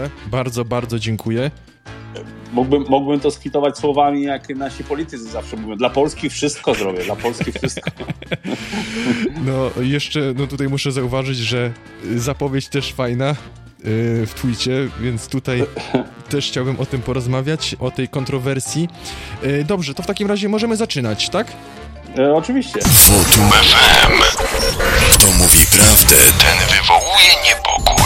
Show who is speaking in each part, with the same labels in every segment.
Speaker 1: Bardzo, bardzo dziękuję.
Speaker 2: Mógłbym to skwitować słowami, jak nasi politycy zawsze mówią. Dla Polski wszystko zrobię, dla Polski wszystko.
Speaker 1: No jeszcze tutaj muszę zauważyć, że zapowiedź też fajna w tweetie, więc tutaj też chciałbym o tym porozmawiać, o tej kontrowersji. Dobrze, to w takim razie możemy zaczynać, tak?
Speaker 2: Oczywiście.
Speaker 3: Wotum FM. Kto mówi prawdę, ten wywołuje niepokój.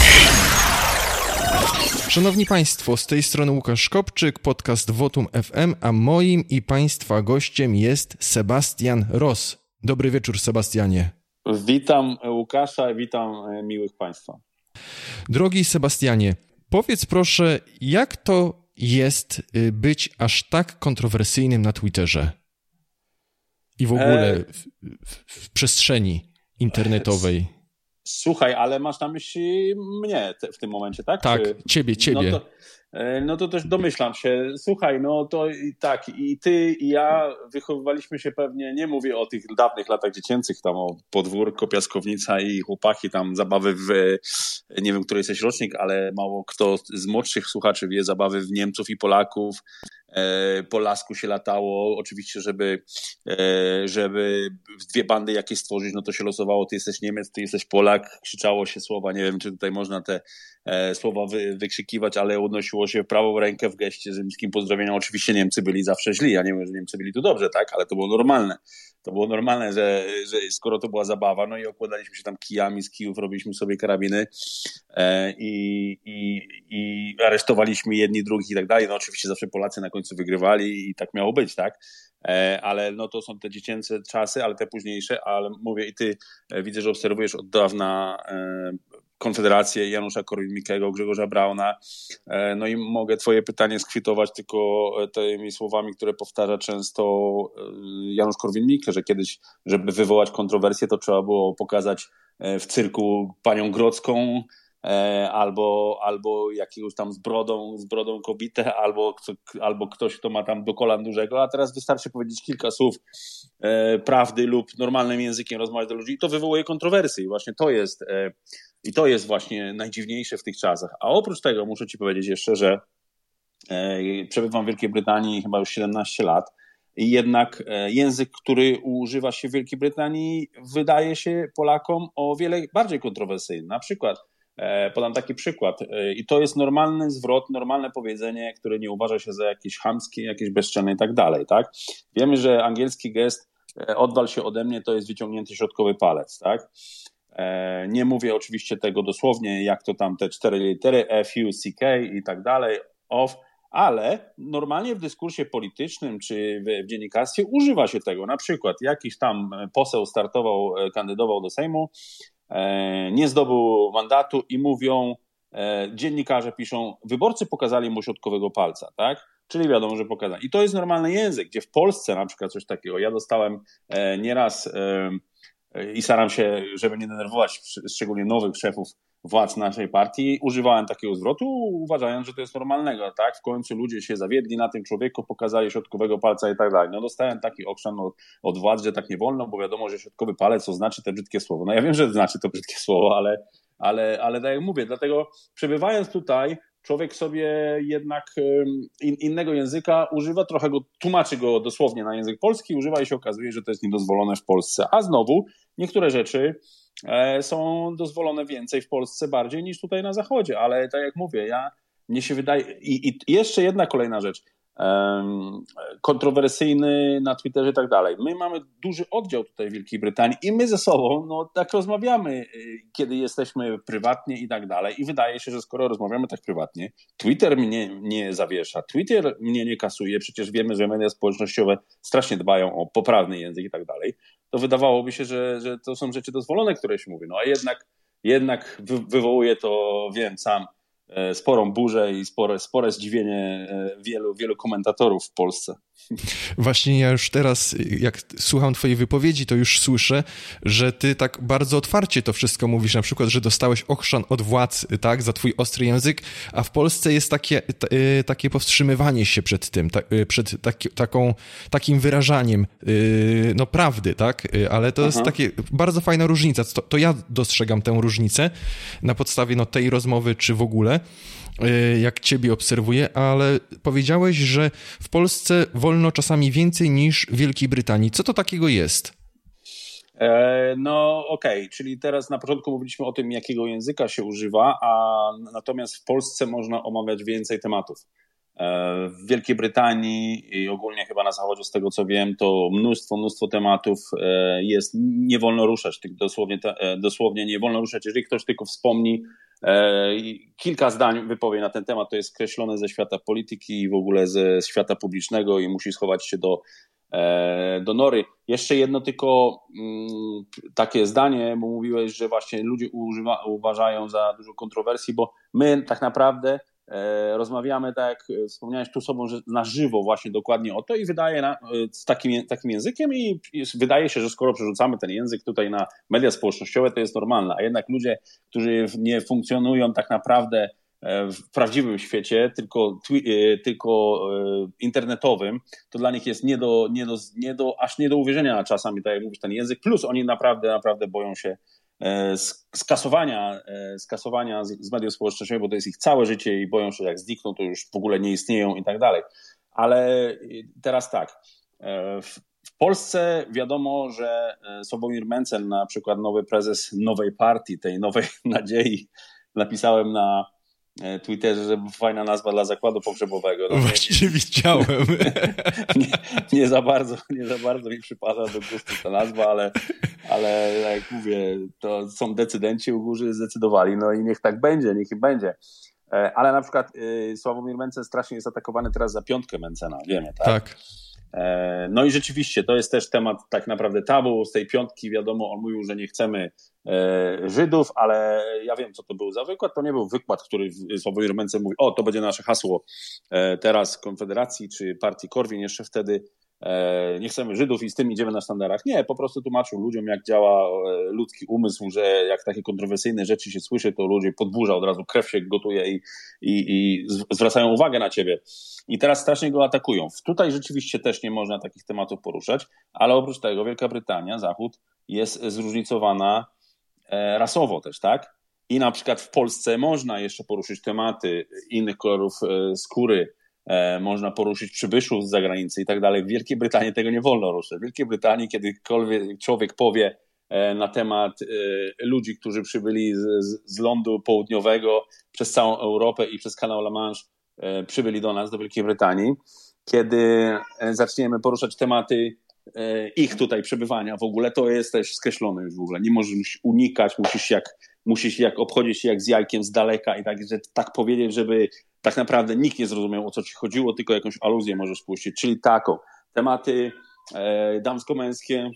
Speaker 1: Szanowni Państwo, z tej strony Łukasz Kopczyk, podcast Wotum FM, a moim i Państwa gościem jest Sebastian Ross. Dobry wieczór, Sebastianie.
Speaker 2: Witam Łukasza, witam miłych Państwa.
Speaker 1: Drogi Sebastianie, powiedz proszę, jak to jest być aż tak kontrowersyjnym na Twitterze i w ogóle w przestrzeni internetowej?
Speaker 2: Słuchaj, ale masz na myśli mnie w tym momencie, tak?
Speaker 1: Tak, ciebie.
Speaker 2: No to też domyślam się. Słuchaj, no to tak, i ty, i ja wychowywaliśmy się pewnie, nie mówię o tych dawnych latach dziecięcych, tam o podwórko, piaskownica i chłopaki, tam zabawy nie wiem, który jesteś rocznik, ale mało kto z młodszych słuchaczy wie, zabawy w Niemców i Polaków. Po lasku się latało, oczywiście, żeby dwie bandy jakieś stworzyć, no to się losowało, ty jesteś Niemiec, ty jesteś Polak, krzyczało się słowa, nie wiem, czy tutaj można te słowa wykrzykiwać, ale unosiło się prawą rękę w geście rzymskim pozdrowienia. Oczywiście Niemcy byli zawsze źli, ja nie mówię, że Niemcy byli tu dobrze, tak, ale to było normalne. To było normalne, że skoro to była zabawa, no i okładaliśmy się tam kijami, z kijów robiliśmy sobie karabiny i aresztowaliśmy jedni, drugich i tak dalej. No oczywiście zawsze Polacy na końcu wygrywali i tak miało być, tak? Ale no to są te dziecięce czasy, ale te późniejsze, ale mówię i ty widzę, że obserwujesz od dawna Konfederację Janusza Korwin-Mikkego, Grzegorza Brauna. No i mogę twoje pytanie skwitować tylko tymi słowami, które powtarza często Janusz Korwin-Mikke, że kiedyś, żeby wywołać kontrowersję, to trzeba było pokazać w cyrku panią Grodzką, albo jakiegoś tam z brodą kobietę, albo ktoś, kto ma tam do kolan dużego, a teraz wystarczy powiedzieć kilka słów prawdy lub normalnym językiem rozmawiać do ludzi i to wywołuje kontrowersje i właśnie to jest właśnie najdziwniejsze w tych czasach. A oprócz tego muszę ci powiedzieć jeszcze, że przebywam w Wielkiej Brytanii chyba już 17 lat i jednak język, który używa się w Wielkiej Brytanii, wydaje się Polakom o wiele bardziej kontrowersyjny. Na przykład podam taki przykład i to jest normalny zwrot, normalne powiedzenie, które nie uważa się za jakieś chamskie, jakieś bezczelne i tak dalej, tak? Wiemy, że angielski gest oddal się ode mnie to jest wyciągnięty środkowy palec, tak? Nie mówię oczywiście tego dosłownie, jak to tam te 4 litery F, U, C, K i tak dalej, off, ale normalnie w dyskursie politycznym czy w dziennikarstwie używa się tego. Na przykład jakiś tam poseł kandydował do Sejmu, nie zdobył mandatu i mówią, dziennikarze piszą, wyborcy pokazali mu środkowego palca, tak? Czyli wiadomo, że pokazali. I to jest normalny język, gdzie w Polsce na przykład coś takiego, ja dostałem nieraz i staram się, żeby nie denerwować szczególnie nowych szefów władz naszej partii, używałem takiego zwrotu, uważając, że to jest normalnego, tak? W końcu ludzie się zawiedli na tym człowieku, pokazali środkowego palca i tak dalej. No dostałem taki okrzan od władz, że tak nie wolno, bo wiadomo, że środkowy palec to znaczy te brzydkie słowo. No ja wiem, że znaczy to brzydkie słowo, ale tak jak mówię, dlatego przebywając tutaj, człowiek sobie jednak innego języka używa, trochę go tłumaczy go dosłownie na język polski, używa i się okazuje, że to jest niedozwolone w Polsce. A znowu niektóre rzeczy są dozwolone więcej w Polsce bardziej niż tutaj na Zachodzie, ale tak jak mówię, mnie się wydaje i jeszcze jedna kolejna rzecz, kontrowersyjny na Twitterze i tak dalej. My mamy duży oddział tutaj w Wielkiej Brytanii i my ze sobą tak rozmawiamy, kiedy jesteśmy prywatnie i tak dalej i wydaje się, że skoro rozmawiamy tak prywatnie, Twitter mnie nie zawiesza, Twitter mnie nie kasuje, przecież wiemy, że media społecznościowe strasznie dbają o poprawny język i tak dalej, to wydawałoby się, że to są rzeczy dozwolone, które się mówi, no a jednak wywołuje to, wiem sam, sporą burzę i spore zdziwienie wielu komentatorów w Polsce.
Speaker 1: Właśnie ja już teraz, jak słucham twojej wypowiedzi, to już słyszę, że ty tak bardzo otwarcie to wszystko mówisz, na przykład, że dostałeś ochrzan od władz, tak, za twój ostry język, a w Polsce jest takie powstrzymywanie się przed tym, przed takim wyrażaniem prawdy, tak, ale to jest takie bardzo fajna różnica, to ja dostrzegam tę różnicę na podstawie tej rozmowy, czy w ogóle. jak ciebie obserwuję, ale powiedziałeś, że w Polsce wolno czasami więcej niż w Wielkiej Brytanii. Co to takiego jest?
Speaker 2: No okej, czyli teraz na początku mówiliśmy o tym, jakiego języka się używa, a natomiast w Polsce można omawiać więcej tematów. W Wielkiej Brytanii i ogólnie chyba na Zachodzie, z tego co wiem, to mnóstwo tematów jest, nie wolno ruszać, dosłownie nie wolno ruszać. Jeżeli ktoś tylko wspomni, kilka zdań wypowie na ten temat, to jest skreślone ze świata polityki i w ogóle ze świata publicznego i musi schować się do nory. Jeszcze jedno tylko takie zdanie, bo mówiłeś, że właśnie ludzie uważają za dużo kontrowersji, bo my tak naprawdę rozmawiamy, tak jak wspomniałeś, tu sobą, że na żywo właśnie dokładnie o to i z takim językiem i wydaje się, że skoro przerzucamy ten język tutaj na media społecznościowe, to jest normalne, a jednak ludzie, którzy nie funkcjonują tak naprawdę w prawdziwym świecie, tylko internetowym, to dla nich jest aż nie do uwierzenia czasami, tak jak mówisz, ten język, plus oni naprawdę boją się skasowania z mediów społecznościowych, bo to jest ich całe życie i boją się, jak znikną, to już w ogóle nie istnieją i tak dalej. Ale teraz tak, w Polsce wiadomo, że Sławomir Mencen, na przykład nowy prezes nowej partii, tej nowej nadziei, napisałem na Twitterze, że fajna nazwa dla zakładu pogrzebowego. No,
Speaker 1: właściwie widziałem.
Speaker 2: Nie za bardzo mi przypada do gustu ta nazwa, ale jak mówię, to są decydenci u góry, zdecydowali, no i niech tak będzie, niech im będzie. Ale na przykład Sławomir Mencen strasznie jest atakowany teraz za piątkę Mencena, wiemy, tak? Tak. No i rzeczywiście to jest też temat tak naprawdę tabu. Z tej piątki wiadomo, on mówił, że nie chcemy Żydów, ale ja wiem, co to był za wykład. To nie był wykład, który Sławomir Mencen mówi, to będzie nasze hasło teraz Konfederacji czy partii Korwin jeszcze wtedy. Nie chcemy Żydów i z tym idziemy na sztandarach. Nie, po prostu tłumaczył ludziom, jak działa ludzki umysł, że jak takie kontrowersyjne rzeczy się słyszy, to ludzie podburza, od razu krew się gotuje i zwracają uwagę na ciebie. I teraz strasznie go atakują. Tutaj rzeczywiście też nie można takich tematów poruszać, ale oprócz tego Wielka Brytania, Zachód jest zróżnicowana rasowo też, tak? I na przykład w Polsce można jeszcze poruszyć tematy innych kolorów skóry, można poruszyć przybyszów z zagranicy i tak dalej. W Wielkiej Brytanii tego nie wolno ruszyć. W Wielkiej Brytanii kiedykolwiek człowiek powie na temat ludzi, którzy przybyli z lądu południowego przez całą Europę i przez kanał La Manche przybyli do nas, do Wielkiej Brytanii, kiedy zaczniemy poruszać tematy ich tutaj przebywania w ogóle, to jesteś skreślony już w ogóle. Nie możesz unikać, musisz jak obchodzić się jak z jajkiem z daleka i tak powiedzieć, żeby tak naprawdę nikt nie zrozumiał, o co ci chodziło, tylko jakąś aluzję możesz puścić. Czyli taką. Tematy damsko-męskie,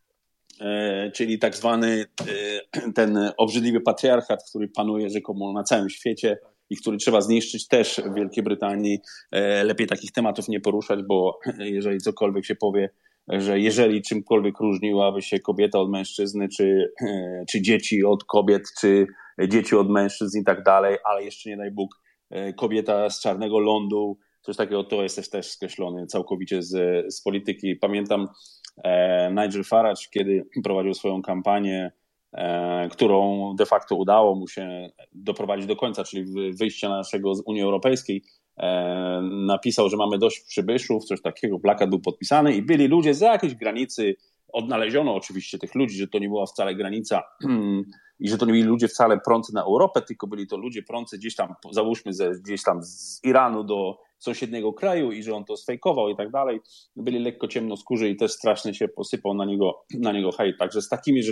Speaker 2: czyli tak zwany ten obrzydliwy patriarchat, który panuje rzekomo na całym świecie i który trzeba zniszczyć też w Wielkiej Brytanii. Lepiej takich tematów nie poruszać, bo jeżeli cokolwiek się powie, że jeżeli czymkolwiek różniłaby się kobieta od mężczyzny, czy dzieci od kobiet, czy dzieci od mężczyzn i tak dalej, ale jeszcze nie daj Bóg, kobieta z czarnego lądu, coś takiego, to jest też skreślony całkowicie z polityki. Pamiętam Nigel Farage, kiedy prowadził swoją kampanię, którą de facto udało mu się doprowadzić do końca, czyli wyjścia naszego z Unii Europejskiej, napisał, że mamy dość przybyszów, coś takiego, plakat był podpisany i byli ludzie z jakiejś granicy, odnaleziono oczywiście tych ludzi, że to nie była wcale granica i że to nie byli ludzie wcale prący na Europę, tylko byli to ludzie prący gdzieś tam, załóżmy gdzieś tam z Iranu do sąsiedniego kraju i że on to sfejkował i tak dalej. Byli lekko ciemnoskórzy i też strasznie się posypał na niego hejt. Także z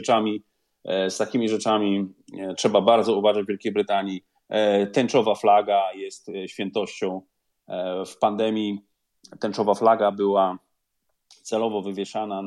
Speaker 2: takimi rzeczami trzeba bardzo uważać w Wielkiej Brytanii. Tęczowa flaga jest świętością. W pandemii tęczowa flaga była celowo wywieszana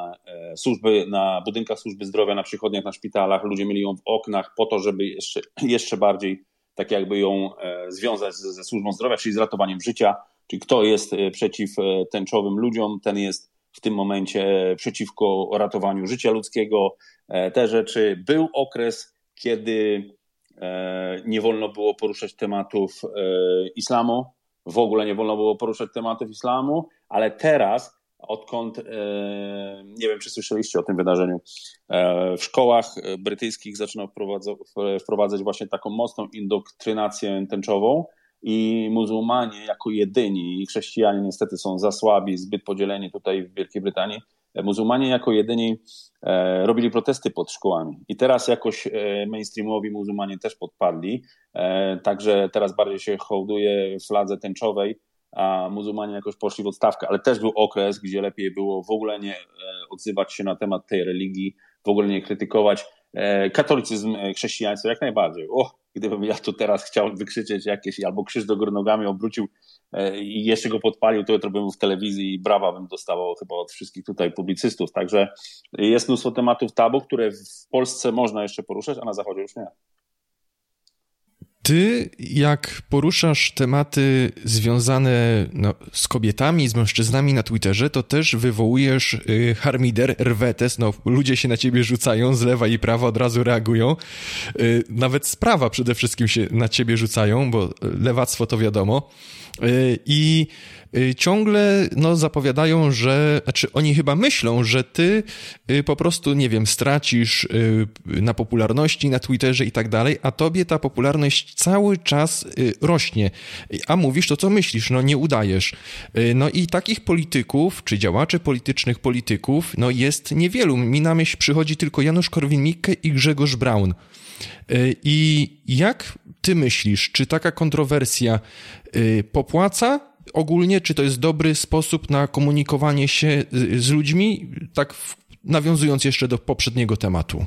Speaker 2: na budynkach służby zdrowia, na przychodniach, na szpitalach. Ludzie mieli ją w oknach po to, żeby jeszcze bardziej tak jakby ją związać ze służbą zdrowia, czyli z ratowaniem życia. Czyli kto jest przeciw tęczowym ludziom, ten jest w tym momencie przeciwko ratowaniu życia ludzkiego. Te rzeczy. Był okres, kiedy nie wolno było poruszać tematów islamu. W ogóle nie wolno było poruszać tematów islamu, ale teraz, odkąd, nie wiem, czy słyszeliście o tym wydarzeniu, w szkołach brytyjskich zaczęto wprowadzać właśnie taką mocną indoktrynację tęczową i muzułmanie jako jedyni, i chrześcijanie niestety są za słabi, zbyt podzieleni tutaj w Wielkiej Brytanii, muzułmanie jako jedyni robili protesty pod szkołami. I teraz jakoś mainstreamowi muzułmanie też podpadli, także teraz bardziej się hołduje fladze tęczowej, a muzułmanie jakoś poszli w odstawkę, ale też był okres, gdzie lepiej było w ogóle nie odzywać się na temat tej religii, w ogóle nie krytykować. Katolicyzm, chrześcijaństwo jak najbardziej. Gdybym ja tu teraz chciał wykrzyczeć jakieś, albo krzyż do góry nogami obrócił i jeszcze go podpalił, to jutro bym w telewizji i brawa bym dostawał chyba od wszystkich tutaj publicystów. Także jest mnóstwo tematów tabu, które w Polsce można jeszcze poruszać, a na Zachodzie już nie.
Speaker 1: Ty, jak poruszasz tematy związane z kobietami, z mężczyznami na Twitterze, to też wywołujesz harmider, rwetes, ludzie się na ciebie rzucają, z lewa i prawa od razu reagują, nawet z prawa przede wszystkim się na ciebie rzucają, bo lewactwo to wiadomo. I ciągle zapowiadają, znaczy oni chyba myślą, że ty po prostu, nie wiem, stracisz na popularności na Twitterze i tak dalej, a tobie ta popularność cały czas rośnie. A mówisz to, co myślisz, nie udajesz. I takich polityków, czy działaczy politycznych polityków, jest niewielu. Mi na myśl przychodzi tylko Janusz Korwin-Mikke i Grzegorz Braun. I jak ty myślisz, czy taka kontrowersja popłaca ogólnie, czy to jest dobry sposób na komunikowanie się z ludźmi, tak nawiązując jeszcze do poprzedniego tematu?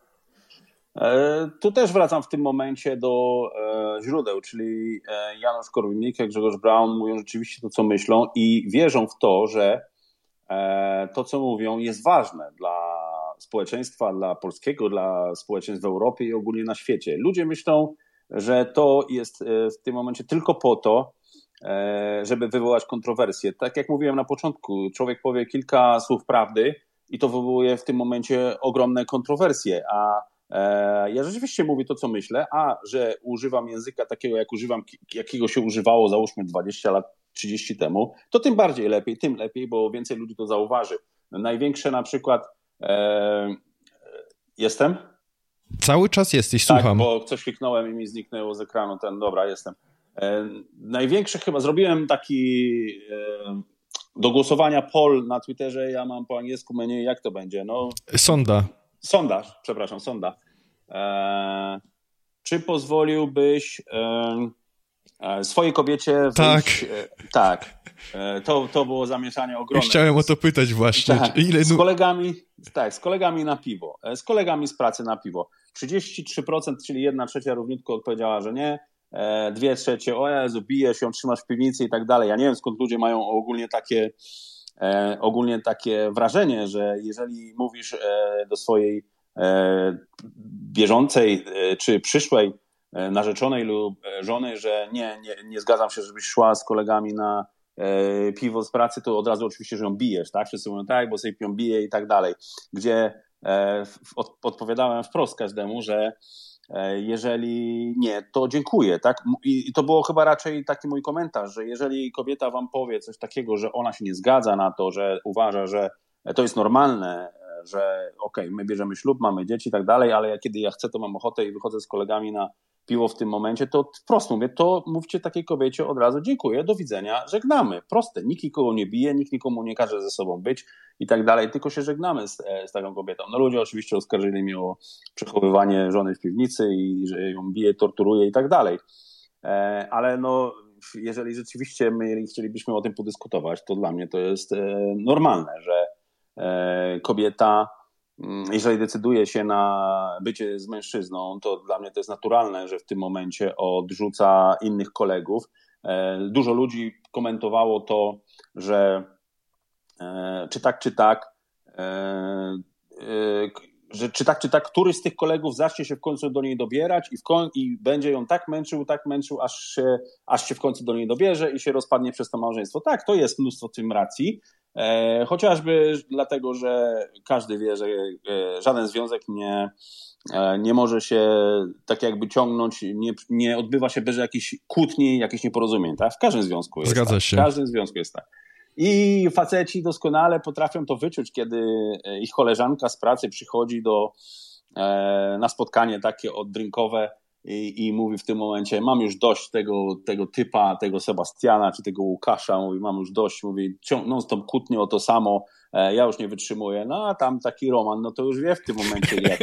Speaker 2: Tu też wracam w tym momencie do źródeł, czyli Janusz Korwin-Mikke, Grzegorz Braun mówią rzeczywiście to, co myślą i wierzą w to, że to, co mówią, jest ważne dla społeczeństwa, dla polskiego, dla społeczeństw w Europie i ogólnie na świecie. Ludzie myślą, że to jest w tym momencie tylko po to, żeby wywołać kontrowersję. Tak jak mówiłem na początku, człowiek powie kilka słów prawdy i to wywołuje w tym momencie ogromne kontrowersje, a ja rzeczywiście mówię to, co myślę, a że używam języka takiego, jakiego się używało, załóżmy 20 lat, 30 temu, to tym bardziej lepiej, tym lepiej, bo więcej ludzi to zauważy. Największe na przykład... Jestem?
Speaker 1: Cały czas jesteś, słucham.
Speaker 2: Tak, bo coś kliknąłem i mi zniknęło z ekranu. Dobra, jestem. Największe chyba, zrobiłem taki do głosowania poll na Twitterze, ja mam po angielsku menu, jak to będzie? Sondaż. Czy pozwoliłbyś swojej kobiecie wyjść? Tak. To było zamieszanie ogromne.
Speaker 1: Chciałem o to pytać właśnie.
Speaker 2: Tak, z kolegami na piwo. Z kolegami z pracy na piwo. 33%, czyli 1/3 równiutko odpowiedziała, że nie. 2/3, o Jezu, bijesz ją, trzymasz w piwnicy i tak dalej. Ja nie wiem, skąd ludzie mają ogólnie takie wrażenie, że jeżeli mówisz do swojej bieżącej czy przyszłej narzeczonej lub żony, że nie zgadzam się, żebyś szła z kolegami na piwo z pracy, to od razu oczywiście, że ją bijesz, tak? Wszyscy mówią tak, bo sobie ją bije i tak dalej. Gdzie odpowiadałem wprost każdemu, że jeżeli nie, to dziękuję, tak? I to było chyba raczej taki mój komentarz, że jeżeli kobieta wam powie coś takiego, że ona się nie zgadza na to, że uważa, że to jest normalne, że okej, my bierzemy ślub, mamy dzieci i tak dalej, ale kiedy ja chcę, to mam ochotę i wychodzę z kolegami na piwo w tym momencie, to wprost mówię, to mówcie takiej kobiecie od razu dziękuję, do widzenia, żegnamy. Proste, nikt nikogo nie bije, nikt nikomu nie każe ze sobą być i tak dalej, tylko się żegnamy z taką kobietą. Ludzie oczywiście oskarżyli mnie o przechowywanie żony w piwnicy i że ją bije, torturuje i tak dalej. Ale jeżeli rzeczywiście my chcielibyśmy o tym podyskutować, to dla mnie to jest normalne, że kobieta, jeżeli decyduje się na bycie z mężczyzną, to dla mnie to jest naturalne, że w tym momencie odrzuca innych kolegów. Dużo ludzi komentowało to, że czy tak, któryś z tych kolegów zacznie się w końcu do niej dobierać i będzie ją tak męczył, aż się w końcu do niej dobierze i się rozpadnie przez to małżeństwo. Tak, to jest mnóstwo w tym racji, chociażby dlatego, że każdy wie, że żaden związek nie może się tak jakby ciągnąć, nie odbywa się bez jakichś kłótni, jakichś nieporozumień. Tak? W każdym związku jest
Speaker 1: Zgadza
Speaker 2: tak.
Speaker 1: się.
Speaker 2: W każdym związku jest tak. I faceci doskonale potrafią to wyczuć, kiedy ich koleżanka z pracy przychodzi na spotkanie takie oddrinkowe i mówi w tym momencie, mam już dość tego typa, tego Sebastiana czy tego Łukasza, mówi, mam już dość, mówi, non-stop kłótnie o to samo, ja już nie wytrzymuję, no a tam taki Roman, no to już wie w tym momencie, jak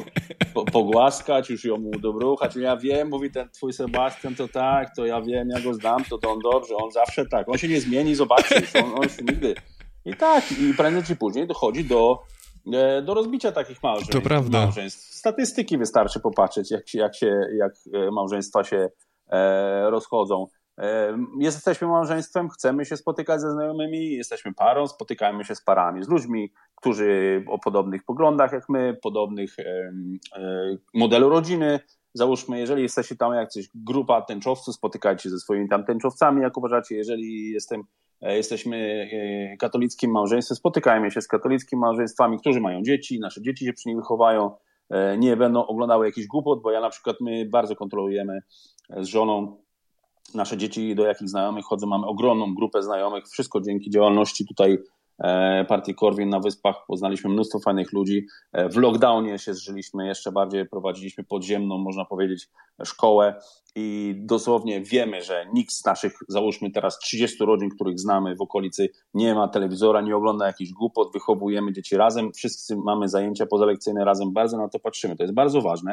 Speaker 2: pogłaskać, już ją mu dobruchać, ja wiem, mówi ten twój Sebastian, to tak, to ja wiem, ja go znam, to on dobrze, on zawsze tak, on się nie zmieni, zobaczysz, on się nigdy. I tak, i prędzej czy później dochodzi do rozbicia takich małżeństw.
Speaker 1: To prawda.
Speaker 2: Statystyki wystarczy popatrzeć, jak małżeństwa się rozchodzą. Jesteśmy małżeństwem, chcemy się spotykać ze znajomymi, jesteśmy parą, spotykajmy się z parami, z ludźmi, którzy o podobnych poglądach jak my, podobnych modelu rodziny. Załóżmy, jeżeli jesteście tam jakiś grupa tęczowców, spotykajcie się ze swoimi tam tęczowcami, jak uważacie. Jeżeli jesteśmy katolickim małżeństwem, spotykajmy się z katolickimi małżeństwami, którzy mają dzieci, nasze dzieci się przy nich wychowają, nie będą oglądały jakichś głupot, bo na przykład my bardzo kontrolujemy z żoną nasze dzieci, do jakich znajomych chodzą. Mamy ogromną grupę znajomych, wszystko dzięki działalności tutaj partii Korwin na Wyspach. Poznaliśmy mnóstwo fajnych ludzi. W lockdownie się zżyliśmy jeszcze bardziej, prowadziliśmy podziemną, można powiedzieć, szkołę i dosłownie wiemy, że nikt z naszych, załóżmy teraz 30 rodzin, których znamy w okolicy, nie ma telewizora, nie ogląda jakichś głupot, wychowujemy dzieci razem, wszyscy mamy zajęcia pozalekcyjne razem, bardzo na to patrzymy, to jest bardzo ważne.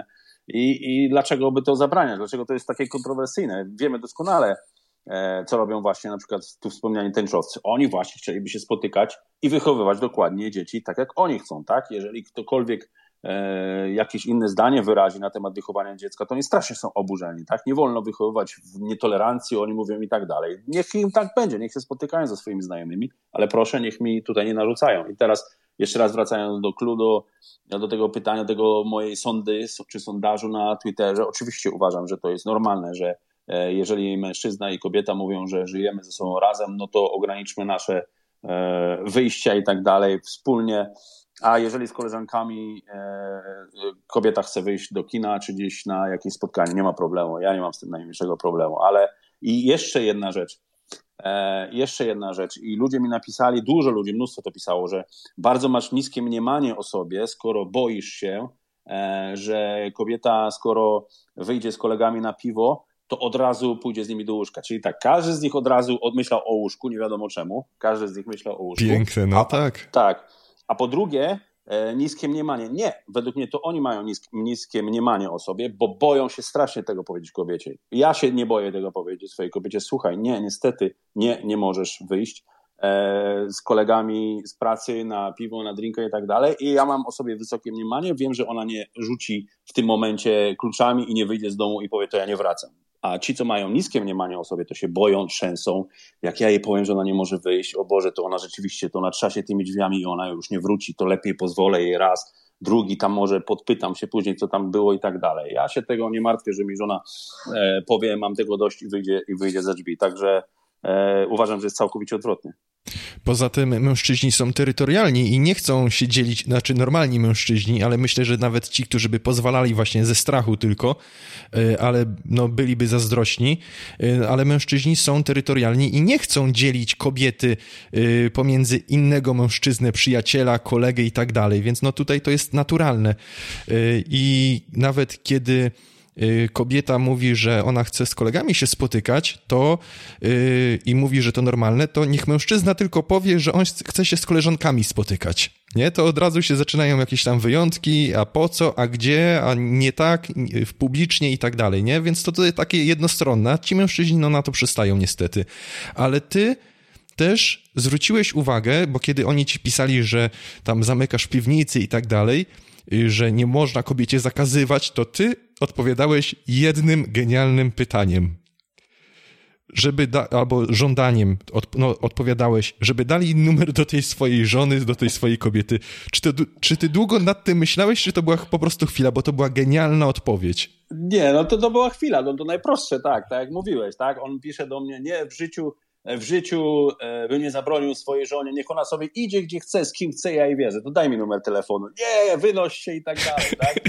Speaker 2: I dlaczego by to zabraniać? Dlaczego to jest takie kontrowersyjne? Wiemy doskonale, co robią właśnie na przykład tu wspomniani tęczowcy. Oni właśnie chcieliby się spotykać i wychowywać dokładnie dzieci tak, jak oni chcą, tak? Jeżeli ktokolwiek jakieś inne zdanie wyrazi na temat wychowania dziecka, to oni strasznie są oburzeni, tak? Nie wolno wychowywać w nietolerancji, oni mówią i tak dalej. Niech im tak będzie, niech się spotykają ze swoimi znajomymi, ale proszę, niech mi tutaj nie narzucają. I teraz jeszcze raz wracając do tego pytania, tego mojej sondy czy sondażu na Twitterze, oczywiście uważam, że to jest normalne, że jeżeli mężczyzna i kobieta mówią, że żyjemy ze sobą razem, no to ograniczmy nasze wyjścia i tak dalej wspólnie, a jeżeli z koleżankami kobieta chce wyjść do kina czy gdzieś na jakieś spotkanie, nie ma problemu, ja nie mam z tym najmniejszego problemu, ale i jeszcze jedna rzecz i ludzie mi napisali, dużo ludzi, mnóstwo to pisało, że bardzo masz niskie mniemanie o sobie, skoro boisz się, że kobieta, skoro wyjdzie z kolegami na piwo, to od razu pójdzie z nimi do łóżka. Czyli tak, każdy z nich od razu myślał o łóżku, nie wiadomo czemu. Każdy z nich myślał o łóżku.
Speaker 1: Piękne, no tak.
Speaker 2: Tak. A po drugie, niskie mniemanie. Nie, według mnie to oni mają niskie mniemanie o sobie, bo boją się strasznie tego powiedzieć kobiecie. Ja się nie boję tego powiedzieć swojej kobiecie. Słuchaj, niestety nie możesz wyjść z kolegami z pracy na piwo, na drinka i tak dalej. I ja mam o sobie wysokie mniemanie. Wiem, że ona nie rzuci w tym momencie kluczami i nie wyjdzie z domu i powie, to ja nie wracam. A ci, co mają niskie mniemanie o sobie, to się boją, trzęsą. Jak ja jej powiem, że ona nie może wyjść, o Boże, to ona rzeczywiście, to ona trzasie tymi drzwiami i ona już nie wróci, to lepiej pozwolę jej raz, drugi tam może podpytam się później, co tam było i tak dalej. Ja się tego nie martwię, że mi żona powie, mam tego dość i wyjdzie za drzwi. Także uważam, że jest całkowicie odwrotnie.
Speaker 1: Poza tym mężczyźni są terytorialni i nie chcą się dzielić, znaczy normalni mężczyźni, ale myślę, że nawet ci, którzy by pozwalali właśnie ze strachu tylko, ale no byliby zazdrośni, ale mężczyźni są terytorialni i nie chcą dzielić kobiety pomiędzy innego mężczyznę, przyjaciela, kolegę i tak dalej, więc no tutaj to jest naturalne. I nawet kiedy kobieta mówi, że ona chce z kolegami się spotykać, to i mówi, że to normalne, to niech mężczyzna tylko powie, że on chce się z koleżankami spotykać. Nie? To od razu się zaczynają jakieś tam wyjątki, a po co, a gdzie, a nie tak, publicznie i tak dalej, nie? Więc to jest takie jednostronne. Ci mężczyźni no na to przystają niestety. Ale ty też zwróciłeś uwagę, bo kiedy oni ci pisali, że tam zamykasz w piwnicy i tak dalej, że nie można kobiecie zakazywać, to ty odpowiadałeś jednym genialnym pytaniem. Albo żądaniem odpowiadałeś, żeby dali numer do tej swojej żony, do tej swojej kobiety. Czy ty długo nad tym myślałeś, czy to była po prostu chwila, bo to była genialna odpowiedź?
Speaker 2: Nie, no to była chwila, no to najprostsze, tak jak mówiłeś, tak? On pisze do mnie, nie, w życiu bym nie zabronił swojej żonie, niech ona sobie idzie gdzie chce, z kim chce, ja jej wierzę, to daj mi numer telefonu, nie, wynoś się i tak dalej, tak?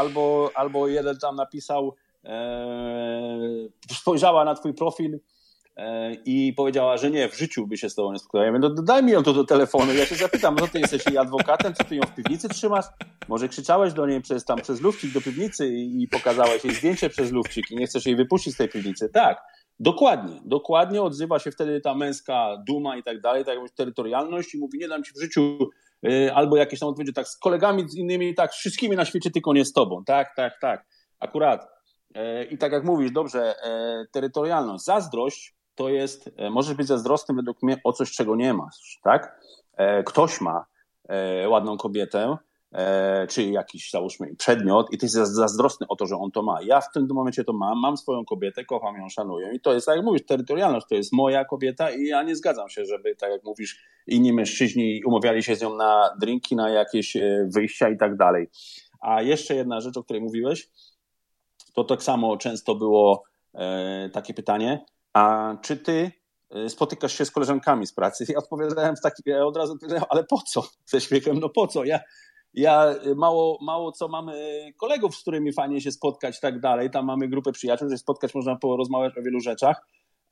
Speaker 2: Albo jeden tam napisał, spojrzała na twój profil i powiedziała, że nie, w życiu by się z tobą nie spotkała. Ja mówię, no daj mi ją to do telefonu, ja się zapytam, no ty jesteś jej adwokatem, co ty ją w piwnicy trzymasz? Może krzyczałeś do niej przez lufcik do piwnicy i pokazałeś jej zdjęcie przez lufcik i nie chcesz jej wypuścić z tej piwnicy? Tak, dokładnie odzywa się wtedy ta męska duma i tak dalej, tak jakąś terytorialność i mówi, nie dam ci w życiu albo jakieś tam odpowiedzi, tak z kolegami z innymi, tak z wszystkimi na świecie, tylko nie z tobą. Tak, akurat. I tak jak mówisz, dobrze, terytorialność, zazdrość to jest, możesz być zazdrosny według mnie o coś, czego nie masz, tak? Ktoś ma ładną kobietę, czy jakiś, załóżmy, przedmiot i ty jesteś zazdrosny o to, że on to ma. Ja w tym momencie to mam swoją kobietę, kocham ją, szanuję i to jest, tak jak mówisz, terytorialność, to jest moja kobieta i ja nie zgadzam się, żeby, tak jak mówisz, inni mężczyźni umawiali się z nią na drinki, na jakieś wyjścia i tak dalej. A jeszcze jedna rzecz, o której mówiłeś, to tak samo często było takie pytanie, a czy ty spotykasz się z koleżankami z pracy? Ja odpowiadałem od razu odpowiedziałem, ale po co? Ze śmiechem, no po co? Ja mało co mamy kolegów, z którymi fajnie się spotkać i tak dalej. Tam mamy grupę przyjaciół, że spotkać można porozmawiać o wielu rzeczach.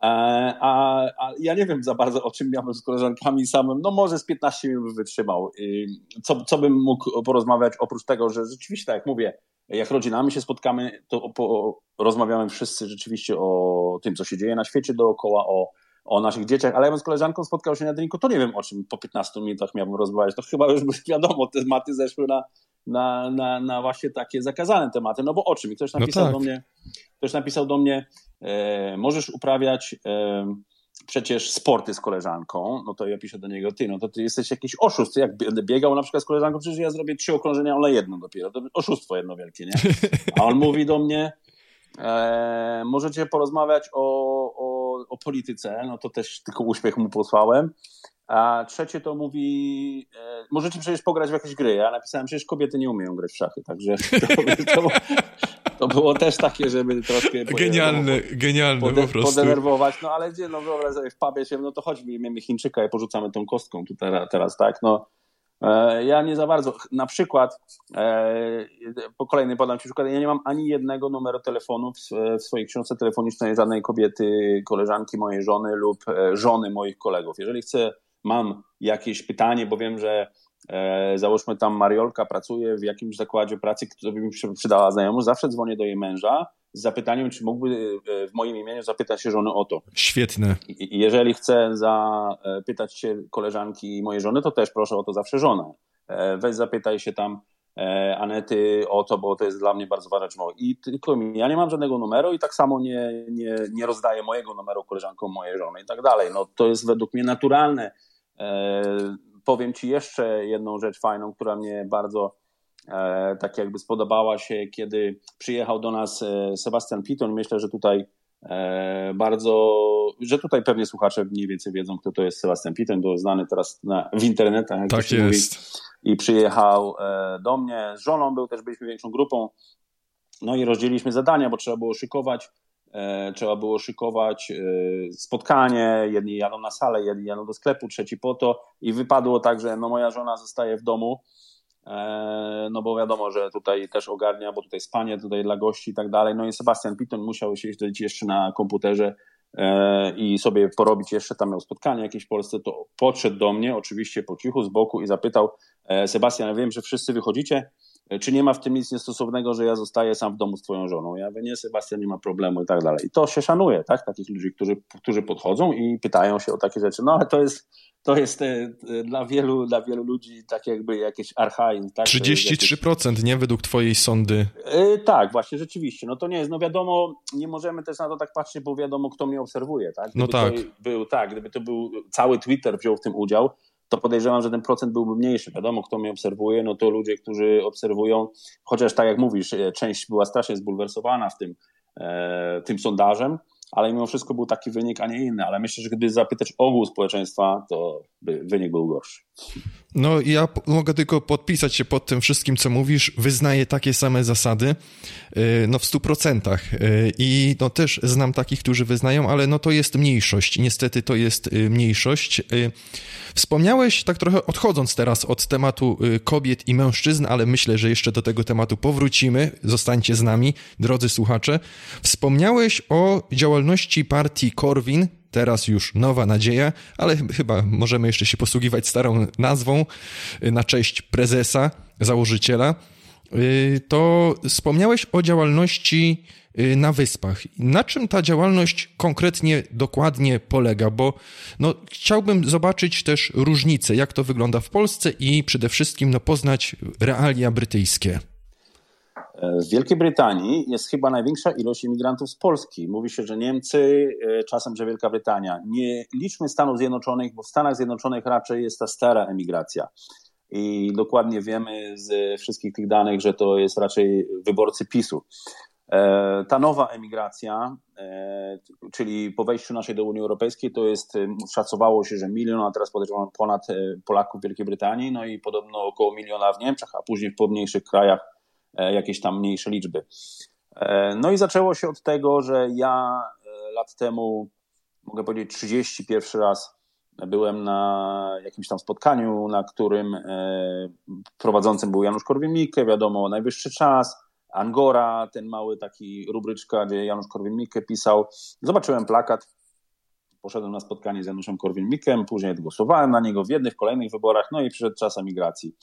Speaker 2: A ja nie wiem za bardzo, o czym miałem z koleżankami samym. No może z 15 minut wytrzymał. Co bym mógł porozmawiać oprócz tego, że rzeczywiście, tak jak mówię, jak rodzinami się spotkamy, to rozmawiamy wszyscy rzeczywiście o tym, co się dzieje na świecie dookoła, o naszych dzieciach, ale ja bym z koleżanką spotkał się na drinku, to nie wiem, o czym po 15 minutach miałbym rozmawiać. To chyba już wiadomo, te tematy zeszły na właśnie takie zakazane tematy. No bo o czym? I ktoś napisał do mnie, możesz uprawiać przecież sporty z koleżanką, no to ja piszę do niego, to ty jesteś jakiś oszust, jak będę biegał na przykład z koleżanką, przecież ja zrobię 3 okrążenia, ona jedno dopiero, to oszustwo jedno wielkie, nie? A on mówi do mnie, możecie porozmawiać o polityce, no to też tylko uśmiech mu posłałem, a trzecie to mówi, możecie przecież pograć w jakieś gry, ja napisałem, przecież kobiety nie umieją grać w szachy, także to było też takie, żeby troszkę
Speaker 1: genialne po prostu.
Speaker 2: Podenerwować, no ale gdzie, no wyobraź sobie, w pubie się, no to chodźmy, mamy Chińczyka i porzucamy tą kostką tu teraz, tak, no. Ja nie za bardzo, na przykład, po kolejny podam ci przykład, ja nie mam ani jednego numeru telefonu w swojej książce telefonicznej żadnej kobiety, koleżanki mojej żony lub żony moich kolegów. Jeżeli mam jakieś pytanie, bo wiem, że załóżmy tam Mariolka pracuje w jakimś zakładzie pracy, który by mi przydała znajomość, zawsze dzwonię do jej męża z zapytaniem, czy mógłby w moim imieniu zapytać się żony o to.
Speaker 1: Świetne.
Speaker 2: I jeżeli chcę zapytać się koleżanki mojej żony, to też proszę o to zawsze żonę. Weź zapytaj się tam Anety o to, bo to jest dla mnie bardzo ważne. I tylko ja nie mam żadnego numeru i tak samo nie rozdaję mojego numeru koleżankom mojej żony i tak dalej. No to jest według mnie naturalne. Powiem ci jeszcze jedną rzecz fajną, która mnie bardzo tak jakby spodobała się, kiedy przyjechał do nas Sebastian Piton. Myślę, że tutaj że tutaj pewnie słuchacze mniej więcej wiedzą, kto to jest Sebastian Piton, bo znany teraz w internetach. Jak
Speaker 1: tak jest.
Speaker 2: Mówi. I przyjechał do mnie, z żoną byliśmy większą grupą, no i rozdzieliliśmy zadania, bo trzeba było szykować spotkanie, jedni jadą na salę, jedni jadą do sklepu, trzeci po to i wypadło tak, że no moja żona zostaje w domu, no bo wiadomo, że tutaj też ogarnia, bo tutaj spanie, tutaj dla gości i tak dalej, no i Sebastian Piton musiał siedzieć jeszcze na komputerze i sobie porobić jeszcze, tam miał spotkanie jakieś w Polsce, to podszedł do mnie, oczywiście po cichu z boku i zapytał, Sebastian, ja wiem, że wszyscy wychodzicie, czy nie ma w tym nic niestosownego, że ja zostaję sam w domu z twoją żoną? Ja mówię, nie, Sebastian, nie ma problemu i tak dalej. I to się szanuje, tak? Takich ludzi, którzy podchodzą i pytają się o takie rzeczy. No ale to jest dla wielu ludzi tak jakby jakieś archaizm. Tak?
Speaker 1: 33%, nie? Według twojej sondy.
Speaker 2: Tak, właśnie, rzeczywiście. No to nie jest, no wiadomo, nie możemy też na to tak patrzeć, bo wiadomo, kto mnie obserwuje, tak? Gdyby to był cały Twitter wziął w tym udział, to podejrzewam, że ten procent byłby mniejszy. Wiadomo, kto mnie obserwuje, no to ludzie, którzy obserwują, chociaż tak jak mówisz, część była strasznie zbulwersowana tym sondażem, ale mimo wszystko był taki wynik, a nie inny. Ale myślę, że gdyby zapytać ogół społeczeństwa, to wynik był gorszy.
Speaker 1: No ja mogę tylko podpisać się pod tym wszystkim, co mówisz. Wyznaję takie same zasady, no w 100%. I no też znam takich, którzy wyznają, ale no to jest mniejszość. Niestety to jest mniejszość. Wspomniałeś, tak trochę odchodząc teraz od tematu kobiet i mężczyzn, ale myślę, że jeszcze do tego tematu powrócimy. Zostańcie z nami, drodzy słuchacze. Wspomniałeś o działalności partii Korwin, teraz już Nowa Nadzieja, ale chyba możemy jeszcze się posługiwać starą nazwą na cześć prezesa, założyciela, to wspomniałeś o działalności na Wyspach. Na czym ta działalność konkretnie, dokładnie polega? Bo chciałbym zobaczyć też różnice, jak to wygląda w Polsce i przede wszystkim poznać realia brytyjskie.
Speaker 2: W Wielkiej Brytanii jest chyba największa ilość imigrantów z Polski. Mówi się, że Niemcy, czasem, że Wielka Brytania. Nie liczmy Stanów Zjednoczonych, bo w Stanach Zjednoczonych raczej jest ta stara emigracja. I dokładnie wiemy z wszystkich tych danych, że to jest raczej wyborcy PiS-u. Ta nowa emigracja, czyli po wejściu naszej do Unii Europejskiej, to jest, szacowało się, że 1 milion, a teraz podejrzewam ponad Polaków w Wielkiej Brytanii, no i podobno około 1 miliona w Niemczech, a później w pomniejszych krajach jakieś tam mniejsze liczby. No i zaczęło się od tego, że ja lat temu, mogę powiedzieć 31 raz, byłem na jakimś tam spotkaniu, na którym prowadzącym był Janusz Korwin-Mikke, wiadomo, najwyższy czas, Angora, ten mały taki rubryczka, gdzie Janusz Korwin-Mikke pisał. Zobaczyłem plakat, poszedłem na spotkanie z Januszem Korwin-Mikkem, później głosowałem na niego w jednych, w kolejnych wyborach, no i przyszedł czas emigracji.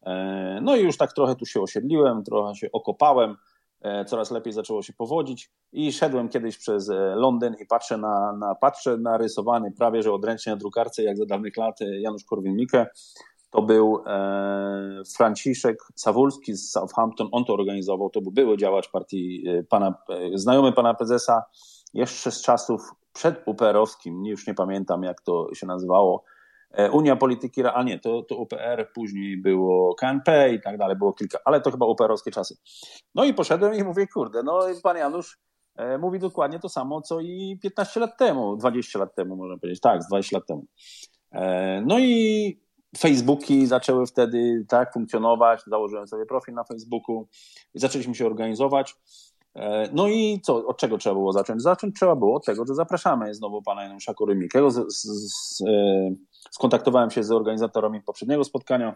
Speaker 2: No i już tak trochę tu się osiedliłem, trochę się okopałem, coraz lepiej zaczęło się powodzić i szedłem kiedyś przez Londyn i patrzę na rysowany prawie że odręcznie na drukarce, jak za dawnych lat Janusz Korwin-Mikke. To był Franciszek Sawulski z Southampton, on to organizował, to był były działacz partii, znajomy pana prezesa, jeszcze z czasów przedUPR-owskim, już nie pamiętam jak to się nazywało, Unia Polityki, a nie, to UPR, później było KNP i tak dalej, było kilka, ale to chyba UPR-owskie czasy. No i poszedłem i mówię, kurde, no pan Janusz mówi dokładnie to samo, co i 15 lat temu, 20 lat temu można powiedzieć, tak, 20 lat temu. No i Facebooki zaczęły wtedy tak funkcjonować, założyłem sobie profil na Facebooku i zaczęliśmy się organizować. No i co, od czego trzeba było zacząć? Zacząć trzeba było od tego, że zapraszamy znowu pana Janusza Korwin-Mikkego. Skontaktowałem się z organizatorami poprzedniego spotkania,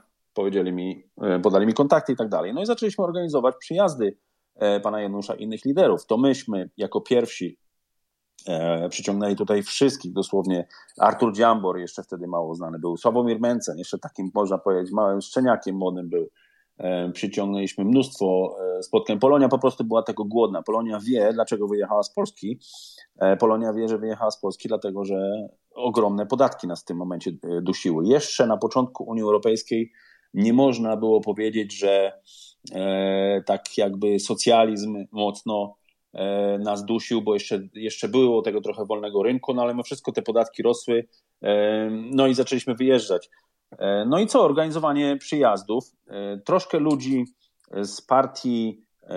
Speaker 2: podali mi kontakty i tak dalej. No i zaczęliśmy organizować przyjazdy pana Janusza i innych liderów. To myśmy jako pierwsi przyciągnęli tutaj wszystkich, dosłownie Artur Dziambor, jeszcze wtedy mało znany był, Sławomir Mencen, jeszcze takim można powiedzieć małym szczeniakiem młodym był. Przyciągnęliśmy mnóstwo spotkań. Polonia po prostu była tego głodna. Polonia wie, dlaczego wyjechała z Polski. Polonia wie, że wyjechała z Polski, dlatego że ogromne podatki nas w tym momencie dusiły. Jeszcze na początku Unii Europejskiej nie można było powiedzieć, że tak jakby socjalizm mocno nas dusił, bo jeszcze było tego trochę wolnego rynku, no ale mimo wszystko te podatki rosły, no i zaczęliśmy wyjeżdżać. No i co? Organizowanie przyjazdów. Troszkę ludzi z partii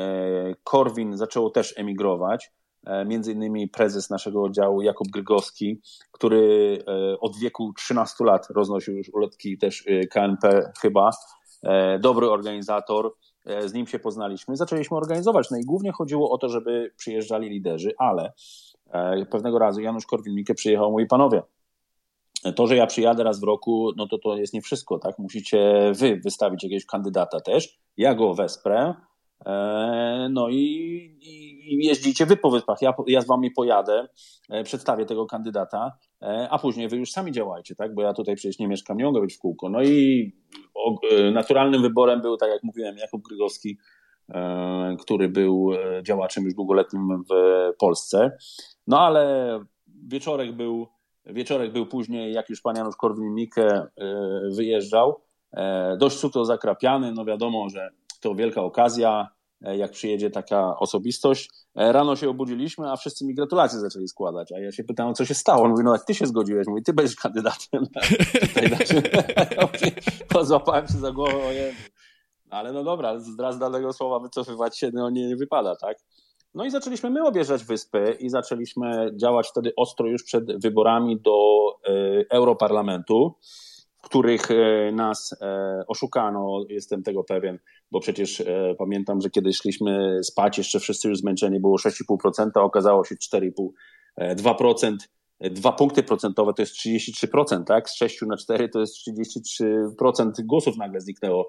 Speaker 2: Korwin zaczęło też emigrować. Między innymi prezes naszego oddziału Jakub Grygowski, który od wieku 13 lat roznosił już ulotki też KNP chyba. Dobry organizator. Z nim się poznaliśmy. Zaczęliśmy organizować. No i głównie chodziło o to, żeby przyjeżdżali liderzy, ale pewnego razu Janusz Korwin-Mikke przyjechał, mówi panowie, to, że ja przyjadę raz w roku, no to jest nie wszystko, tak? Musicie wy wystawić jakiegoś kandydata też, ja go wesprę, no i jeździcie wy po wyspach, ja z wami pojadę, przedstawię tego kandydata, a później wy już sami działajcie, tak? Bo ja tutaj przecież nie mieszkam, nie mogę być w kółko. No i naturalnym wyborem był, tak jak mówiłem, Jakub Grygowski, który był działaczem już długoletnim w Polsce. No ale wieczorek był później, jak już pan Janusz Korwin-Mikke wyjeżdżał, dość suto zakrapiany, no wiadomo, że to wielka okazja, jak przyjedzie taka osobistość. Rano się obudziliśmy, a wszyscy mi gratulacje zaczęli składać, a ja się pytałem, co się stało. On mówi, no jak ty się zgodziłeś, mówi, ty będziesz kandydatem. Pozłapałem się za głowę, ojej. Ale no dobra, z danego słowa wycofywać się no nie wypada, tak? No i zaczęliśmy my objeżdżać wyspy i zaczęliśmy działać wtedy ostro już przed wyborami do Europarlamentu, w których nas oszukano, jestem tego pewien, bo przecież pamiętam, że kiedy szliśmy spać, jeszcze wszyscy już zmęczeni, było 6,5%, okazało się 4,5%, 2%, 2 punkty procentowe to jest 33%, tak? Z 6 na 4 to jest 33% głosów nagle zniknęło.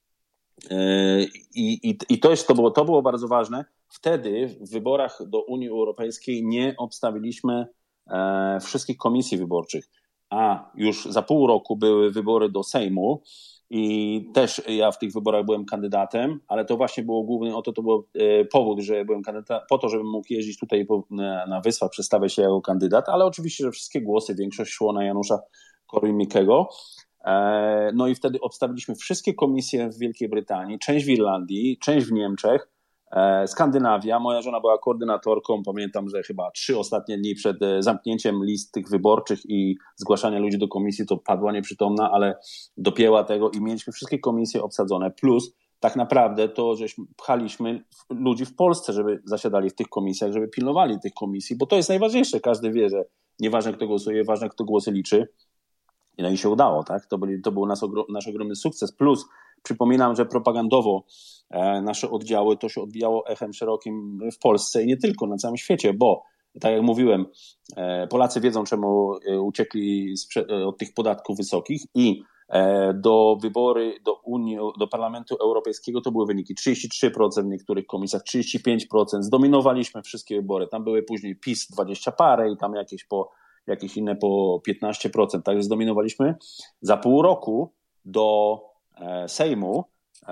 Speaker 2: I to było bardzo ważne. Wtedy w wyborach do Unii Europejskiej nie obstawiliśmy wszystkich komisji wyborczych, a już za pół roku były wybory do Sejmu i też ja w tych wyborach byłem kandydatem, ale to właśnie było główny, to był powód, że byłem kandydatem po to, żebym mógł jeździć tutaj na Wyspach, przedstawiać się jako kandydat, ale oczywiście, że wszystkie głosy, większość szło na Janusza Korwin-Mikkego. No i wtedy obstawiliśmy wszystkie komisje w Wielkiej Brytanii, część w Irlandii, część w Niemczech, Skandynawia. Moja żona była koordynatorką, pamiętam, że chyba 3 ostatnie dni przed zamknięciem list tych wyborczych i zgłaszania ludzi do komisji, to padła nieprzytomna, ale dopięła tego i mieliśmy wszystkie komisje obsadzone, plus tak naprawdę to, żeśmy pchaliśmy ludzi w Polsce, żeby zasiadali w tych komisjach, żeby pilnowali tych komisji, bo to jest najważniejsze. Każdy wie, że nieważne kto głosuje, ważne kto głosy liczy. No i się udało, tak? To był nasz ogromny sukces. Plus przypominam, że propagandowo nasze oddziały to się odbijało echem szerokim w Polsce i nie tylko, na całym świecie, bo tak jak mówiłem, Polacy wiedzą, czemu uciekli od tych podatków wysokich i do wybory do Unii, do Parlamentu Europejskiego to były wyniki 33% w niektórych komisjach, 35%. Zdominowaliśmy wszystkie wybory. Tam były później PiS 20 parę i tam jakieś inne po 15%. Także zdominowaliśmy. Za pół roku do Sejmu,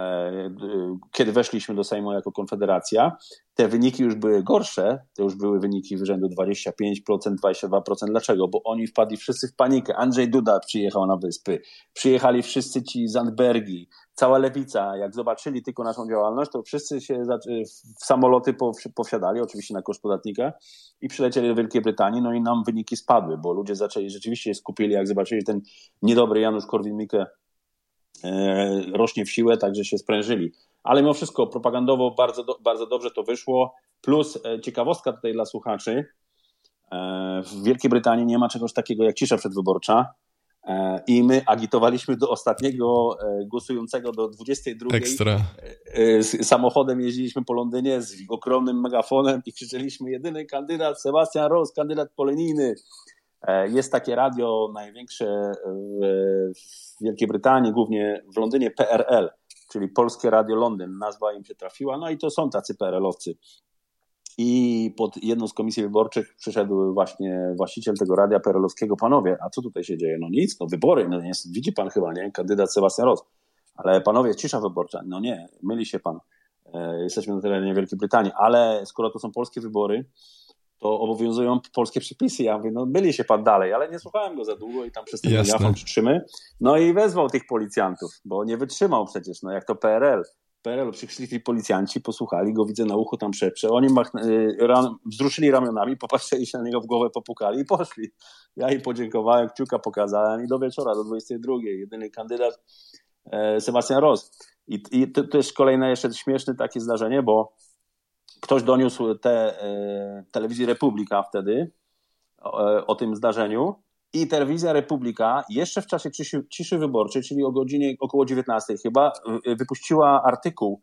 Speaker 2: kiedy weszliśmy do Sejmu jako Konfederacja, te wyniki już były gorsze, to już były wyniki w rzędu 25%, 22%. Dlaczego? Bo oni wpadli wszyscy w panikę. Andrzej Duda przyjechał na Wyspy, przyjechali wszyscy ci Zandbergi, cała lewica. Jak zobaczyli tylko naszą działalność, to wszyscy się w samoloty powsiadali, oczywiście na koszt podatnika, i przylecieli do Wielkiej Brytanii, no i nam wyniki spadły, bo ludzie rzeczywiście się skupili, jak zobaczyli ten niedobry Janusz Korwin-Mikke rośnie w siłę, także się sprężyli. Ale mimo wszystko propagandowo bardzo dobrze to wyszło. Plus ciekawostka tutaj dla słuchaczy. W Wielkiej Brytanii nie ma czegoś takiego jak cisza przedwyborcza i my agitowaliśmy do ostatniego głosującego do 22.
Speaker 1: Ekstra.
Speaker 2: Samochodem jeździliśmy po Londynie z ogromnym megafonem i krzyczeliśmy: jedyny kandydat Sebastian Ross, kandydat polonijny. Jest takie radio największe w Wielkiej Brytanii, głównie w Londynie, PRL, czyli Polskie Radio Londyn. Nazwa im się trafiła, no i to są tacy PRL-owcy. I pod jedną z komisji wyborczych przyszedł właśnie właściciel tego radia PRL-owskiego: panowie, a co tutaj się dzieje? No nic, no wybory, no nie, widzi pan chyba, nie? Kandydat Sebastian Ross. Ale panowie, cisza wyborcza. No nie, myli się pan. Jesteśmy na terenie Wielkiej Brytanii, ale skoro to są polskie wybory, to obowiązują polskie przepisy. Ja mówię, no byli się pan dalej, ale nie słuchałem go za długo i tam przez ten megafon krzyczymy. No i wezwał tych policjantów, bo nie wytrzymał przecież, no jak to PRL. Przyszli policjanci, posłuchali go, widzę na uchu tam szepcze. Oni wzruszyli ramionami, popatrzyli się na niego w głowę, popukali i poszli. Ja im podziękowałem, kciuka pokazałem i do wieczora, do 22. Jedyny kandydat Sebastian Ross. I to też kolejne jeszcze śmieszne takie zdarzenie, bo ktoś doniósł telewizji Republika wtedy o tym zdarzeniu i telewizja Republika jeszcze w czasie ciszy wyborczej, czyli o godzinie około 19 chyba, wypuściła artykuł: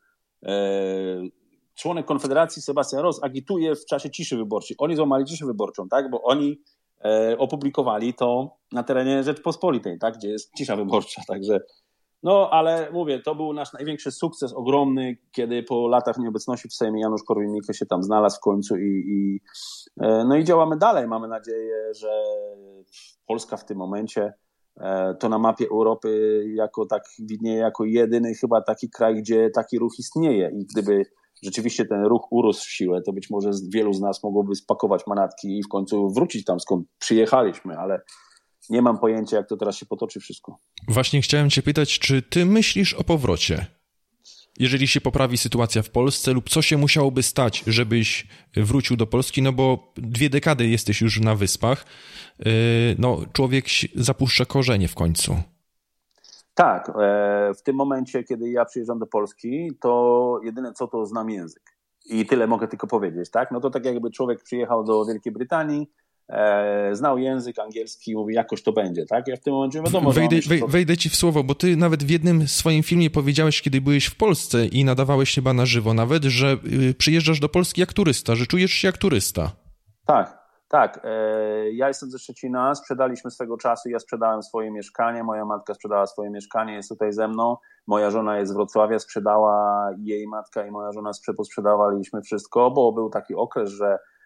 Speaker 2: członek Konfederacji Sebastian Ross agituje w czasie ciszy wyborczej. Oni złamali ciszę wyborczą, tak? Bo oni opublikowali to na terenie Rzeczpospolitej, tak? Gdzie jest cisza wyborcza, także no, ale mówię, to był nasz największy sukces, ogromny, kiedy po latach nieobecności w Sejmie Janusz Korwin-Mikke się tam znalazł w końcu no i działamy dalej. Mamy nadzieję, że Polska w tym momencie to na mapie Europy widnieje jako jedyny chyba taki kraj, gdzie taki ruch istnieje i gdyby rzeczywiście ten ruch urósł w siłę, to być może wielu z nas mogłoby spakować manatki i w końcu wrócić tam, skąd przyjechaliśmy, ale nie mam pojęcia, jak to teraz się potoczy wszystko.
Speaker 1: Właśnie chciałem cię pytać, czy ty myślisz o powrocie? Jeżeli się poprawi sytuacja w Polsce lub co się musiałoby stać, żebyś wrócił do Polski, no bo 2 dekady jesteś już na Wyspach, no człowiek zapuszcza korzenie w końcu.
Speaker 2: Tak, w tym momencie, kiedy ja przyjeżdżam do Polski, to jedyne co to znam język. I tyle mogę tylko powiedzieć, tak? No to tak jakby człowiek przyjechał do Wielkiej Brytanii, znał język angielski, mówi, jakoś to będzie, tak? Ja w tym momencie wiadomo,
Speaker 1: wejdę ci w słowo, bo ty nawet w jednym swoim filmie powiedziałeś, kiedy byłeś w Polsce i nadawałeś chyba na żywo nawet, że przyjeżdżasz do Polski jak turysta, że czujesz się jak turysta.
Speaker 2: Tak. Ja jestem ze Szczecina, sprzedaliśmy swego czasu, ja sprzedałem swoje mieszkanie, moja matka sprzedała swoje mieszkanie, jest tutaj ze mną, moja żona jest z Wrocławia, sprzedała jej matka i moja żona posprzedawaliśmy wszystko, bo był taki okres, że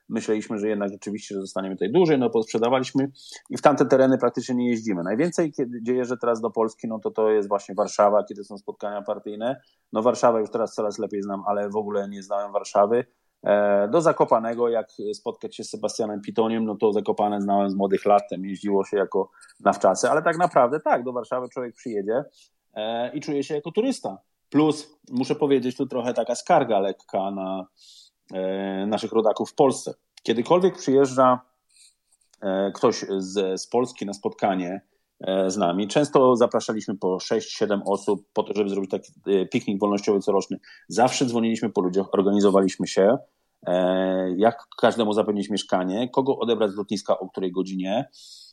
Speaker 2: myśleliśmy, że jednak rzeczywiście, że zostaniemy tutaj dłużej, no posprzedawaliśmy i w tamte tereny praktycznie nie jeździmy. Najwięcej, gdzie jeżdżę teraz do Polski, no to jest właśnie Warszawa, kiedy są spotkania partyjne. No Warszawę już teraz coraz lepiej znam, ale w ogóle nie znałem Warszawy. Do Zakopanego, jak spotkać się z Sebastianem Pitoniem, no to Zakopane znałem z młodych lat, tam jeździło się jako nawczasy, ale tak naprawdę tak, do Warszawy człowiek przyjedzie i czuje się jako turysta. Plus, muszę powiedzieć, tu trochę taka skarga lekka na naszych rodaków w Polsce. Kiedykolwiek przyjeżdża ktoś z Polski na spotkanie z nami, często zapraszaliśmy po 6-7 osób po to, żeby zrobić taki piknik wolnościowy coroczny. Zawsze dzwoniliśmy po ludziach, organizowaliśmy się, jak każdemu zapewnić mieszkanie, kogo odebrać z lotniska, o której godzinie.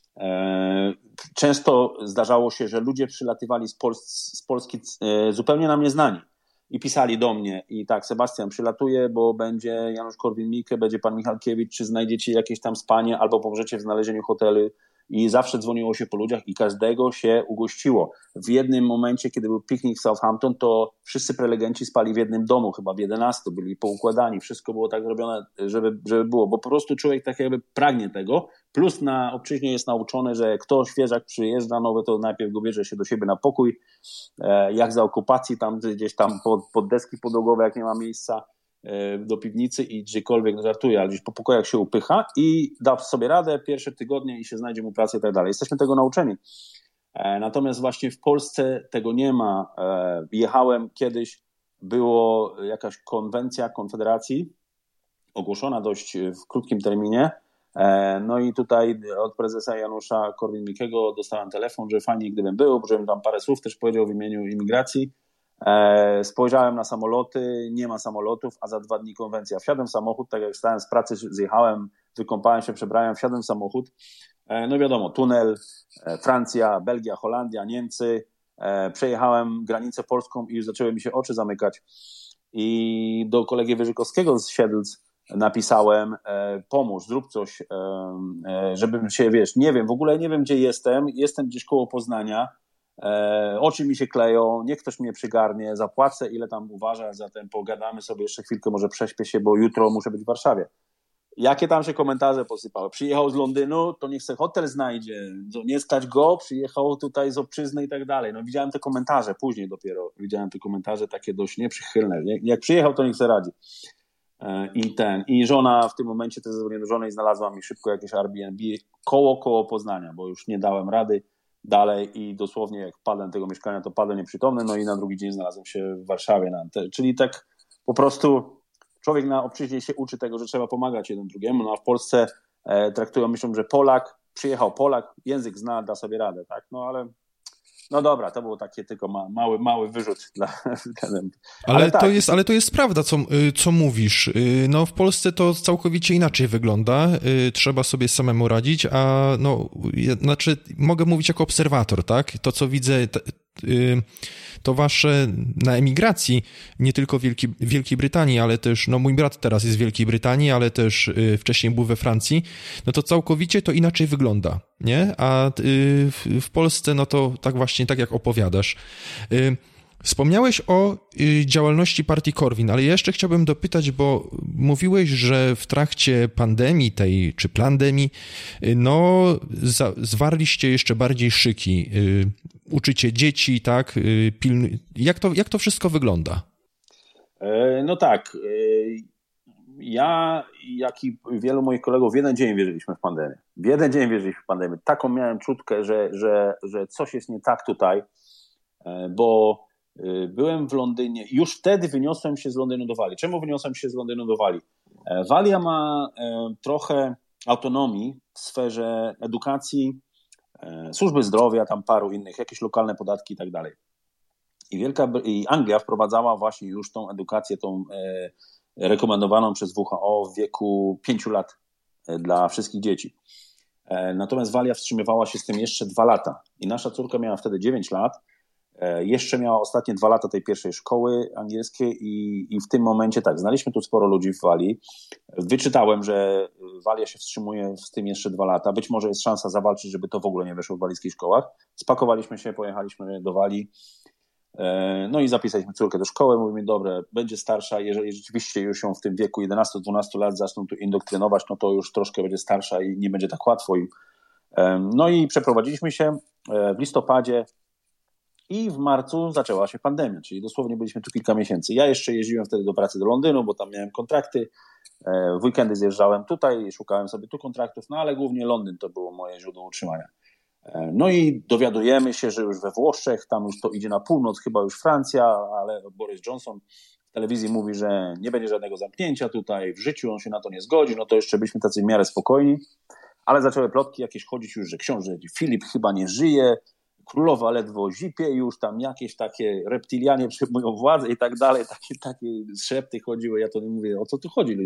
Speaker 2: Często zdarzało się, że ludzie przylatywali z Polski zupełnie nam nieznani i pisali do mnie i tak, Sebastian, przylatuje, bo będzie Janusz Korwin-Mikke, będzie pan Michalkiewicz, czy znajdziecie jakieś tam spanie albo pomożecie w znalezieniu hotelu. I zawsze dzwoniło się po ludziach i każdego się ugościło. W jednym momencie, kiedy był piknik w Southampton, to wszyscy prelegenci spali w jednym domu, chyba w 11, byli poukładani, wszystko było tak zrobione, żeby było, bo po prostu człowiek tak jakby pragnie tego, plus na obczyźnie jest nauczony, że kto świeżak przyjeżdża nowy, to najpierw go bierze się do siebie na pokój, jak za okupacji, tam gdzieś tam pod deski podłogowe, jak nie ma miejsca, do piwnicy i gdziekolwiek, żartuje, ale gdzieś po pokojach się upycha i da sobie radę pierwsze tygodnie i się znajdzie mu pracę i tak dalej. Jesteśmy tego nauczeni. Natomiast właśnie w Polsce tego nie ma. Jechałem kiedyś, było jakaś konwencja Konfederacji ogłoszona dość w krótkim terminie. No i tutaj od prezesa Janusza Korwin-Mikkego dostałem telefon, że fajnie gdybym był, żebym tam parę słów też powiedział w imieniu imigracji. Spojrzałem na samoloty, nie ma samolotów, a za 2 dni konwencja. Wsiadłem w samochód, tak jak wstałem z pracy, zjechałem, wykąpałem się, przebrałem, wsiadłem w samochód. No wiadomo, tunel, Francja, Belgia, Holandia, Niemcy. Przejechałem granicę polską i już zaczęły mi się oczy zamykać. I do kolegi Wyżykowskiego z Siedlc napisałem, pomóż, zrób coś, żebym się, nie wiem, w ogóle nie wiem, gdzie jestem gdzieś koło Poznania. Oczy mi się kleją, niech ktoś mnie przygarnie, zapłacę ile tam uważa, zatem pogadamy sobie jeszcze chwilkę, może prześpię się, bo jutro muszę być w Warszawie. Jakie tam się komentarze posypały? Przyjechał z Londynu, to niech sobie hotel znajdzie, nie stać go, przyjechał tutaj z obczyzny i tak dalej. No widziałem te komentarze, później dopiero widziałem te komentarze takie dość nieprzychylne. Jak przyjechał, to niech sobie radzi. I żona w tym momencie, to zadzwoniłem do żony i znalazła mi szybko jakieś Airbnb koło Poznania, bo już nie dałem rady dalej i dosłownie jak padłem tego mieszkania, to padłem nieprzytomny, no i na drugi dzień znalazłem się w Warszawie. Czyli tak po prostu człowiek na obczyźnie się uczy tego, że trzeba pomagać jeden drugiemu, no a w Polsce traktują, myślą, że przyjechał Polak, język zna, da sobie radę, tak? No ale no dobra, to było takie tylko mały wyrzut dla.
Speaker 1: Ale to jest prawda, co mówisz. No w Polsce to całkowicie inaczej wygląda. Trzeba sobie samemu radzić, a no, znaczy mogę mówić jako obserwator, tak? To, co widzę, to wasze na emigracji, nie tylko w Wielkiej Brytanii, ale też, no mój brat teraz jest w Wielkiej Brytanii, ale też wcześniej był we Francji, no to całkowicie to inaczej wygląda, nie? A w Polsce, no to tak właśnie, tak jak opowiadasz. Wspomniałeś o działalności partii Korwin, ale jeszcze chciałbym dopytać, bo mówiłeś, że w trakcie pandemii tej, czy plandemii, no zwarliście jeszcze bardziej szyki, uczycie dzieci, tak? Jak to wszystko wygląda?
Speaker 2: No tak, ja, jak i wielu moich kolegów w jeden dzień wierzyliśmy w pandemię. W jeden dzień wierzyliśmy w pandemię. Taką miałem czutkę, że coś jest nie tak tutaj, bo byłem w Londynie. Już wtedy wyniosłem się z Londynu do Walii. Czemu wyniosłem się z Londynu do Walii? Walia ma trochę autonomii w sferze edukacji, służby zdrowia, tam paru innych, jakieś lokalne podatki i tak dalej. I Anglia wprowadzała właśnie już tą edukację, tą rekomendowaną przez WHO w wieku 5 lat dla wszystkich dzieci. Natomiast Walia wstrzymywała się z tym jeszcze 2 lata. I nasza córka miała wtedy 9 lat. Jeszcze miała ostatnie 2 lata tej pierwszej szkoły angielskiej i w tym momencie tak, znaliśmy tu sporo ludzi w Walii. Wyczytałem, że Walia się wstrzymuje z tym jeszcze 2 lata. Być może jest szansa zawalczyć, żeby to w ogóle nie weszło w walijskich szkołach. Spakowaliśmy się, pojechaliśmy do Walii. No i zapisaliśmy córkę do szkoły, mówimy, dobre, będzie starsza, jeżeli rzeczywiście już ją w tym wieku 11-12 lat zaczną tu indoktrynować, no to już troszkę będzie starsza i nie będzie tak łatwo im. No i przeprowadziliśmy się w listopadzie i w marcu zaczęła się pandemia, czyli dosłownie byliśmy tu kilka miesięcy. Ja jeszcze jeździłem wtedy do pracy do Londynu, bo tam miałem kontrakty, w weekendy zjeżdżałem tutaj, szukałem sobie tu kontraktów, no ale głównie Londyn to było moje źródło utrzymania. No i dowiadujemy się, że już we Włoszech, tam już to idzie na północ, chyba już Francja, ale Boris Johnson w telewizji mówi, że nie będzie żadnego zamknięcia tutaj, w życiu on się na to nie zgodzi, no to jeszcze byliśmy tacy w miarę spokojni, ale zaczęły plotki jakieś chodzić już, że książę Filip chyba nie żyje, królowa ledwo zipie, już tam jakieś takie reptilianie przejmują władzę i tak dalej, takie szepty chodziły, ja to nie mówię, o co tu chodzi,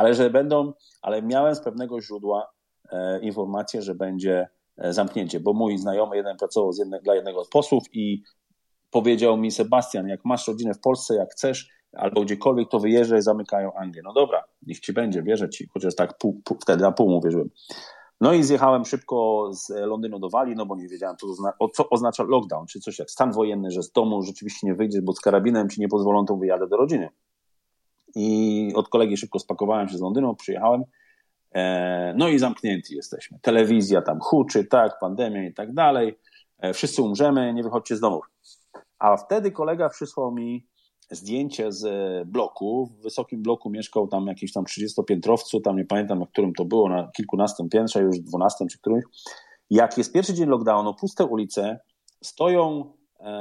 Speaker 2: ale miałem z pewnego źródła informację, że będzie zamknięcie, bo mój znajomy jeden pracował dla jednego z posłów i powiedział mi, Sebastian, jak masz rodzinę w Polsce, jak chcesz, albo gdziekolwiek, to wyjeżdżaj, zamykają Anglię. No dobra, niech ci będzie, wierzę ci, chociaż tak wtedy na pół mu wierzyłem. No i zjechałem szybko z Londynu do Walii, no bo nie wiedziałem, co oznacza lockdown, czy coś jak stan wojenny, że z domu rzeczywiście nie wyjdziesz, bo z karabinem ci nie pozwolą, to wyjadę do rodziny. I od kolegi szybko spakowałem się z Londynu, przyjechałem. No i zamknięci jesteśmy. Telewizja tam huczy, tak, pandemia i tak dalej. Wszyscy umrzemy, nie wychodźcie z domów. A wtedy kolega przysłał mi zdjęcie z bloku. W wysokim bloku mieszkał tam jakiś tam 30-piętrowcu, tam nie pamiętam, na którym to było, na kilkunastym piętrze, już 12 czy którymś. Jak jest pierwszy dzień lockdownu, puste ulice, stoją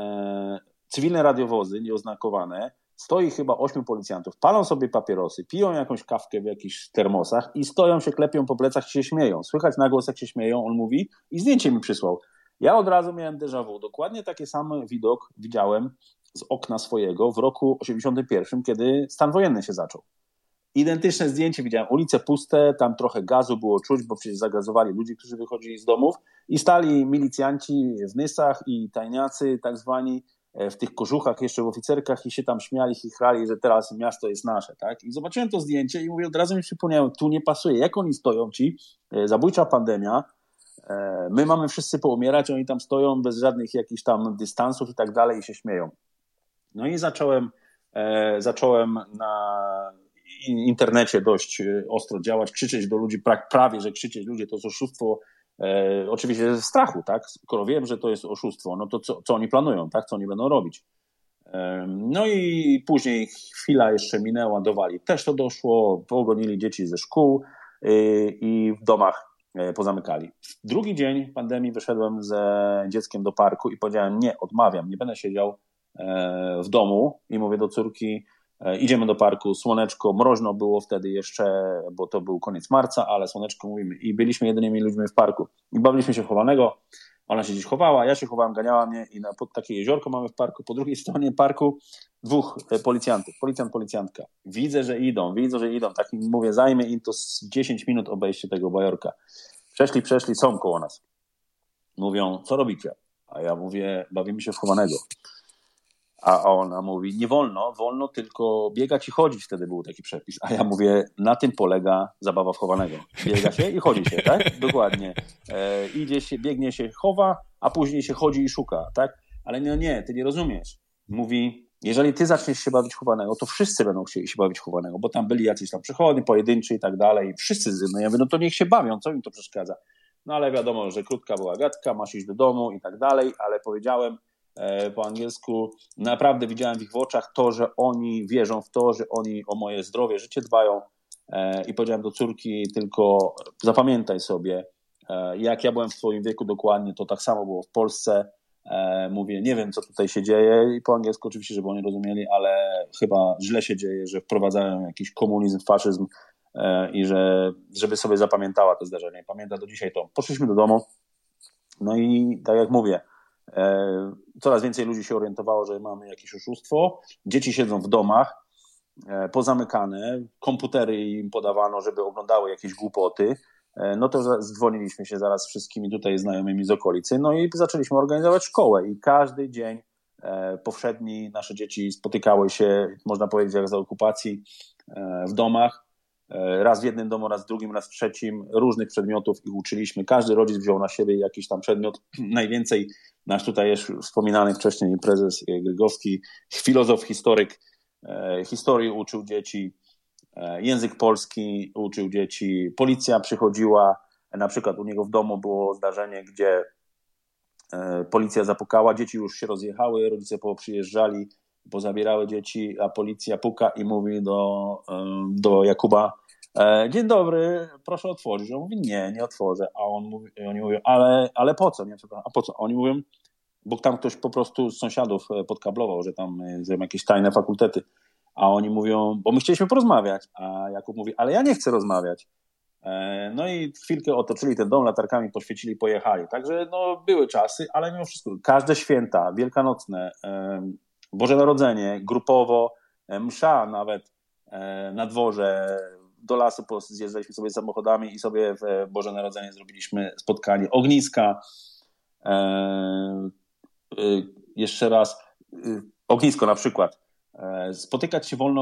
Speaker 2: cywilne radiowozy nieoznakowane, stoi chyba 8 policjantów, palą sobie papierosy, piją jakąś kawkę w jakichś termosach i stoją się, klepią po plecach i się śmieją. Słychać na głos, jak się śmieją, on mówi i zdjęcie mi przysłał. Ja od razu miałem déjà vu. Dokładnie taki sam widok widziałem z okna swojego w roku 81, kiedy stan wojenny się zaczął. Identyczne zdjęcie widziałem, ulice puste, tam trochę gazu było czuć, bo przecież zagazowali ludzi, którzy wychodzili z domów i stali milicjanci w nysach i tajniacy tak zwani, w tych kożuchach, jeszcze w oficerkach i się tam śmiali, chichrali, że teraz miasto jest nasze, tak? I zobaczyłem to zdjęcie i mówię, od razu mi przypomniałem, tu nie pasuje, jak oni stoją ci, zabójcza pandemia, my mamy wszyscy poumierać, oni tam stoją bez żadnych jakichś tam dystansów i tak dalej i się śmieją. No i zacząłem na internecie dość ostro działać, krzyczeć do ludzi, prawie że krzyczeć, ludzie, to jest oszustwo, oczywiście ze strachu, tak? Skoro wiem, że to jest oszustwo, no to co oni planują, tak? Co oni będą robić? No i później chwila jeszcze minęła do Walii. Też to doszło, pogonili dzieci ze szkół i w domach pozamykali. Drugi dzień pandemii wyszedłem z dzieckiem do parku i powiedziałem, nie, odmawiam, nie będę siedział w domu i mówię do córki, idziemy do parku, słoneczko, mroźno było wtedy jeszcze, bo to był koniec marca, ale słoneczko mówimy i byliśmy jedynymi ludźmi w parku i bawiliśmy się w chowanego, ona się gdzieś chowała, ja się chowałem, ganiała mnie i takie jeziorko mamy w parku, po drugiej stronie parku dwóch policjantów, policjantka, widzę, że idą, tak mówię, zajmie im to z 10 minut obejście tego bajorka, przeszli, są koło nas, mówią, co robicie? A ja mówię, bawimy się w chowanego. A ona mówi, nie wolno tylko biegać i chodzić, wtedy był taki przepis. A ja mówię, na tym polega zabawa w chowanego. Biega się i chodzi się, tak? Dokładnie. Idzie się, biegnie się, chowa, a później się chodzi i szuka, tak? Ale nie, ty nie rozumiesz. Mówi, jeżeli ty zaczniesz się bawić chowanego, to wszyscy będą chcieli się bawić chowanego, bo tam byli jacyś tam przychodni, pojedynczy i tak dalej. Wszyscy no ja mówię, no to niech się bawią, co im to przeszkadza? No ale wiadomo, że krótka była gadka, masz iść do domu i tak dalej, ale powiedziałem po angielsku, naprawdę widziałem w ich oczach to, że oni wierzą w to, że oni o moje zdrowie, życie dbają i powiedziałem do córki tylko zapamiętaj sobie, jak ja byłem w twoim wieku dokładnie, to tak samo było w Polsce, mówię, nie wiem co tutaj się dzieje i po angielsku oczywiście, żeby oni rozumieli, ale chyba źle się dzieje, że wprowadzają jakiś komunizm, faszyzm i żeby sobie zapamiętała to zdarzenie, pamięta do dzisiaj to. Poszliśmy do domu, no i tak jak mówię, coraz więcej ludzi się orientowało, że mamy jakieś oszustwo. Dzieci siedzą w domach, pozamykane, komputery im podawano, żeby oglądały jakieś głupoty. No to zdzwoniliśmy się zaraz z wszystkimi tutaj znajomymi z okolicy, no i zaczęliśmy organizować szkołę i każdy dzień powszedni nasze dzieci spotykały się, można powiedzieć jak za okupacji, w domach raz w jednym domu, raz w drugim, raz w trzecim, różnych przedmiotów ich uczyliśmy. Każdy rodzic wziął na siebie jakiś tam przedmiot. Najwięcej nasz tutaj już wspominany wcześniej prezes Grygowski, filozof, historyk, historii uczył dzieci, język polski uczył dzieci, policja przychodziła, na przykład u niego w domu było zdarzenie, gdzie policja zapukała, dzieci już się rozjechały, rodzice poprzyjeżdżali, pozabierały dzieci, a policja puka i mówi do Jakuba: dzień dobry, proszę otworzyć. On mówi: nie otworzę. A oni mówią: ale po co? Nie, przepraszam, a po co? Oni mówią, bo tam ktoś po prostu z sąsiadów podkablował, że tam są jakieś tajne fakultety. A oni mówią: bo my chcieliśmy porozmawiać. A Jakub mówi: ale ja nie chcę rozmawiać. No i chwilkę otoczyli ten dom, latarkami poświecili, pojechali. Także były czasy, ale mimo wszystko każde święta, wielkanocne, Boże Narodzenie, grupowo, msza nawet na dworze, do lasu zjeżdżaliśmy sobie samochodami i sobie w Boże Narodzenie zrobiliśmy spotkanie, ogniska. Jeszcze raz, ognisko na przykład. Spotykać się wolno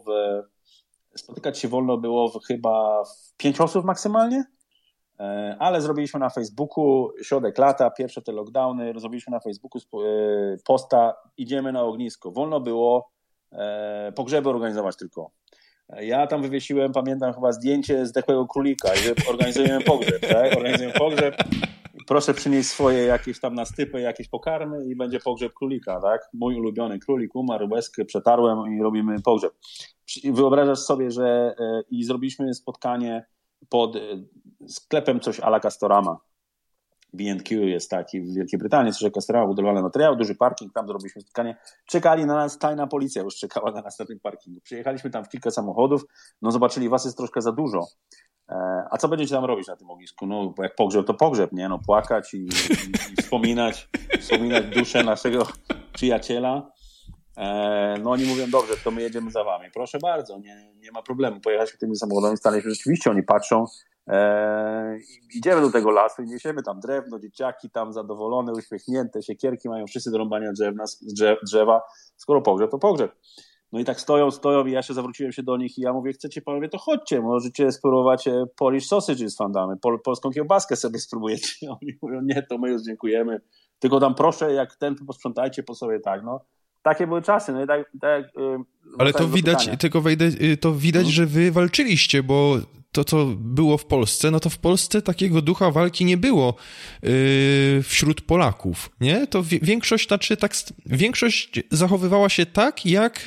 Speaker 2: było chyba w 5 osób maksymalnie, ale zrobiliśmy na Facebooku, środek lata, pierwsze te lockdowny, zrobiliśmy na Facebooku posta: idziemy na ognisko. Wolno było pogrzeby organizować tylko. Ja tam wywiesiłem, pamiętam, chyba zdjęcie zdechłego królika, że organizujemy pogrzeb, tak? Organizujemy pogrzeb. Proszę przynieść swoje jakieś tam nastypy, jakieś pokarmy i będzie pogrzeb królika, tak? Mój ulubiony królik umarł, łezkę przetarłem i robimy pogrzeb. Wyobrażasz sobie, że i zrobiliśmy spotkanie pod sklepem coś à la Castorama. B&Q jest taki w Wielkiej Brytanii, coś jak Castorama, budowlane materiały, duży parking, tam zrobiliśmy spotkanie. Czekali na nas, tajna policja już czekała na nas na tym parkingu. Przyjechaliśmy tam w kilka samochodów, zobaczyli, was jest troszkę za dużo. A co będziecie tam robić na tym ognisku? Bo jak pogrzeb, to pogrzeb, nie? Płakać i wspominać duszę naszego przyjaciela. Oni mówią: dobrze, to my jedziemy za wami. Proszę bardzo, nie ma problemu. Pojechaliśmy tymi samochodami, staliśmy, rzeczywiście oni patrzą. Idziemy do tego lasu i niesiemy tam drewno, dzieciaki tam zadowolone, uśmiechnięte, siekierki mają wszyscy do rąbania drzewa. Skoro pogrzeb, to pogrzeb. No i tak stoją i ja zawróciłem się do nich i ja mówię: chcecie panowie, to chodźcie, możecie spróbować Polish sausage z fandamy, polską kiełbaskę sobie spróbujecie. Oni mówią: nie, to my już dziękujemy, tylko tam proszę, jak posprzątajcie po sobie, tak, Takie były czasy, no i tak
Speaker 1: ale to widać, tylko to widać, że wy walczyliście, bo to, co było w Polsce, to w Polsce takiego ducha walki nie było wśród Polaków, nie? To większość zachowywała się tak, jak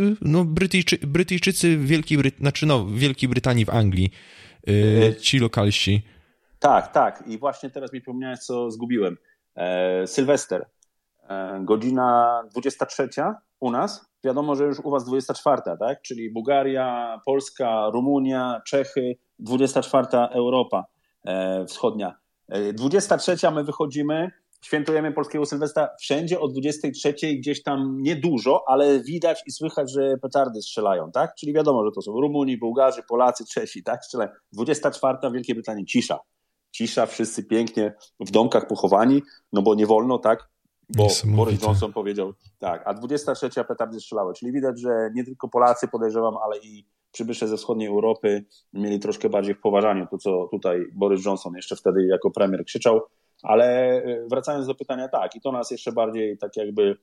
Speaker 1: Brytyjczycy w Wielkiej Brytanii, w Anglii, ci lokalsi.
Speaker 2: Tak. I właśnie teraz mi przypomniałeś, co zgubiłem. Sylwester. Godzina 23 u nas, wiadomo, że już u was 24, tak? Czyli Bułgaria, Polska, Rumunia, Czechy, 24 Europa wschodnia. 23 my wychodzimy, świętujemy polskiego Sylwestra wszędzie o 23 gdzieś tam niedużo, ale widać i słychać, że petardy strzelają, tak? Czyli wiadomo, że to są Rumuni, Bułgarzy, Polacy, Czesi, tak? Strzelają. 24 w Wielkiej Brytanii cisza, wszyscy pięknie w domkach pochowani, bo nie wolno, tak? Bo Boris Johnson powiedział tak, a 23 petardy strzelały, czyli widać, że nie tylko Polacy, podejrzewam, ale i przybysze ze wschodniej Europy mieli troszkę bardziej w poważaniu to, co tutaj Boris Johnson jeszcze wtedy jako premier krzyczał, ale wracając do pytania, tak, i to nas jeszcze bardziej tak jakby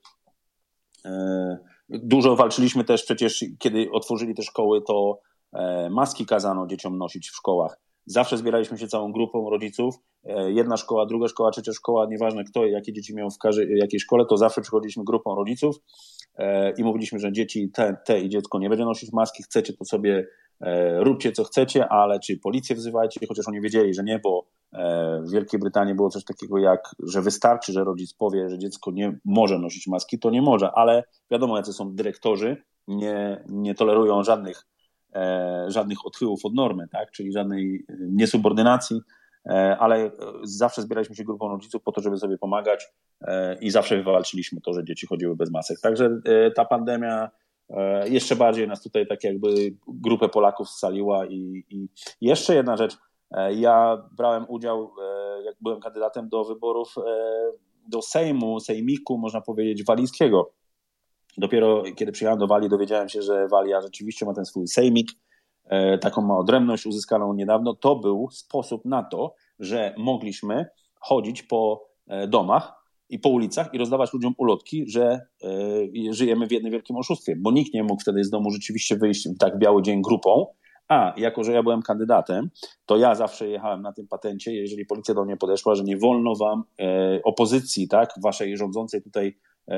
Speaker 2: dużo walczyliśmy też przecież, kiedy otworzyli te szkoły, to maski kazano dzieciom nosić w szkołach. Zawsze zbieraliśmy się całą grupą rodziców, jedna szkoła, druga szkoła, trzecia szkoła, nieważne kto i jakie dzieci miał w jakiej szkole, to zawsze przychodziliśmy grupą rodziców i mówiliśmy, że dzieci te i dziecko nie będzie nosić maski, chcecie to sobie róbcie co chcecie, ale czy policję wzywajcie, chociaż oni wiedzieli, że nie, bo w Wielkiej Brytanii było coś takiego jak, że wystarczy, że rodzic powie, że dziecko nie może nosić maski, to nie może, ale wiadomo, jacy są dyrektorzy, nie tolerują żadnych odchyłów od normy, tak? Czyli żadnej niesubordynacji, ale zawsze zbieraliśmy się grupą rodziców po to, żeby sobie pomagać i zawsze wywalczyliśmy to, że dzieci chodziły bez masek. Także ta pandemia jeszcze bardziej nas tutaj tak jakby grupę Polaków scaliła i jeszcze jedna rzecz, ja brałem udział, jak byłem kandydatem do wyborów do sejmiku, można powiedzieć, walijskiego. Dopiero kiedy przyjechałem do Walii, dowiedziałem się, że Walia rzeczywiście ma ten swój sejmik taką ma odrębność uzyskaną niedawno, to był sposób na to, że mogliśmy chodzić po domach i po ulicach i rozdawać ludziom ulotki, że żyjemy w jednym wielkim oszustwie, bo nikt nie mógł wtedy z domu rzeczywiście wyjść w tak biały dzień grupą, a jako, że ja byłem kandydatem, to ja zawsze jechałem na tym patencie, jeżeli policja do mnie podeszła, że nie wolno wam opozycji, tak, waszej rządzącej tutaj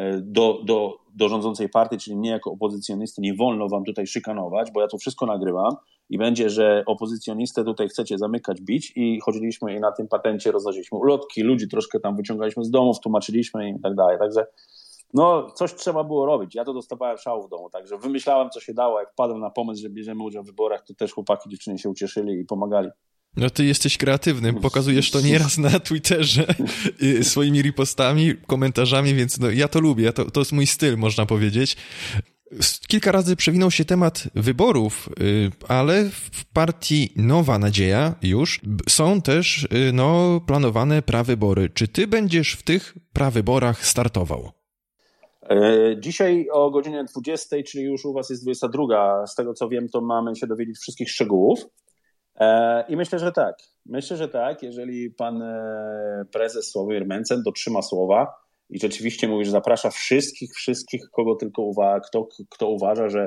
Speaker 2: do rządzącej partii, czyli mnie jako opozycjonisty, nie wolno wam tutaj szykanować, bo ja to wszystko nagrywam i będzie, że opozycjonistę tutaj chcecie zamykać, bić i chodziliśmy i na tym patencie roznosiliśmy ulotki, ludzi troszkę tam wyciągaliśmy z domów, tłumaczyliśmy im i tak dalej, także no coś trzeba było robić, ja to dostawałem szału w domu, także wymyślałem co się dało, jak wpadłem na pomysł, że bierzemy udział w wyborach, to też chłopaki, dziewczyny się ucieszyli i pomagali.
Speaker 1: No ty jesteś kreatywnym, pokazujesz to nieraz na Twitterze swoimi ripostami, komentarzami, więc no, ja to lubię, to jest mój styl, można powiedzieć. Kilka razy przewinął się temat wyborów, ale w partii Nowa Nadzieja już są też planowane prawybory. Czy ty będziesz w tych prawyborach startował?
Speaker 2: Dzisiaj o godzinie 20, czyli już u was jest 22, z tego co wiem, to mamy się dowiedzieć wszystkich szczegółów. I myślę, że tak. Myślę, że tak, jeżeli pan prezes Sławomir Mencen dotrzyma słowa i rzeczywiście mówi, że zaprasza wszystkich, kogo tylko kto uważa, że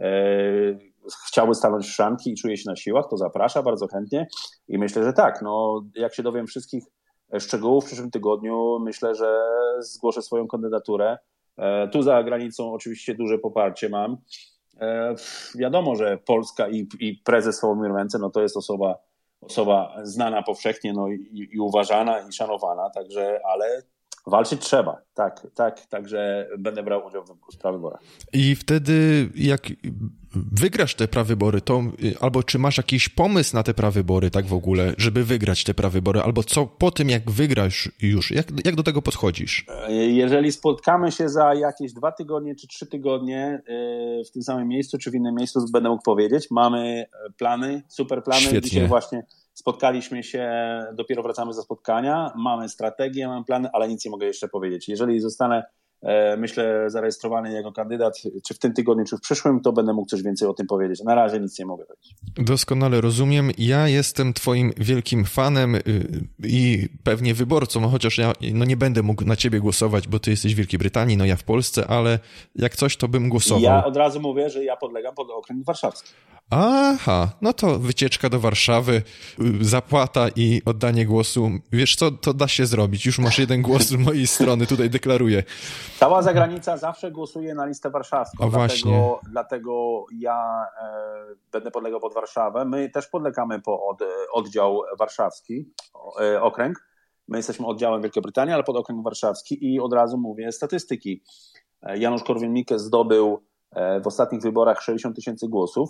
Speaker 2: chciałby stanąć w szranki i czuje się na siłach, to zaprasza bardzo chętnie i myślę, że tak. No, jak się dowiem wszystkich szczegółów w przyszłym tygodniu, myślę, że zgłoszę swoją kandydaturę. Tu za granicą oczywiście duże poparcie mam. Wiadomo, że Polska i prezes Sławomir Mencen, no to jest osoba znana powszechnie, no i uważana i szanowana, także, ale walczyć trzeba, także będę brał udział w prawyborach.
Speaker 1: I wtedy jak wygrasz te prawybory, to albo czy masz jakiś pomysł na te prawybory tak w ogóle, żeby wygrać te prawybory, albo co po tym jak wygrasz już, jak do tego podchodzisz?
Speaker 2: Jeżeli spotkamy się za jakieś 2 tygodnie czy 3 tygodnie w tym samym miejscu czy w innym miejscu, będę mógł powiedzieć, mamy plany, super plany.
Speaker 1: Świetnie.
Speaker 2: Dzisiaj właśnie spotkaliśmy się, dopiero wracamy ze spotkania, mamy strategię, mamy plany, ale nic nie mogę jeszcze powiedzieć. Jeżeli zostanę, myślę, zarejestrowany jako kandydat, czy w tym tygodniu, czy w przyszłym, to będę mógł coś więcej o tym powiedzieć. Na razie nic nie mogę powiedzieć.
Speaker 1: Doskonale rozumiem. Ja jestem twoim wielkim fanem i pewnie wyborcą, chociaż ja nie będę mógł na ciebie głosować, bo ty jesteś w Wielkiej Brytanii, no ja w Polsce, ale jak coś, to bym głosował.
Speaker 2: Ja od razu mówię, że ja podlegam pod okręg warszawski.
Speaker 1: Aha, no to wycieczka do Warszawy, zapłata i oddanie głosu. Wiesz co, to da się zrobić. Już masz 1 głos z mojej strony, tutaj deklaruję.
Speaker 2: Cała zagranica zawsze głosuje na listę warszawską. Dlatego ja będę podlegał pod Warszawę. My też podlegamy pod oddział warszawski, okręg. My jesteśmy oddziałem Wielkiej Brytanii, ale pod okręg warszawski i od razu mówię statystyki. Janusz Korwin-Mikke zdobył w ostatnich wyborach 60 000 głosów.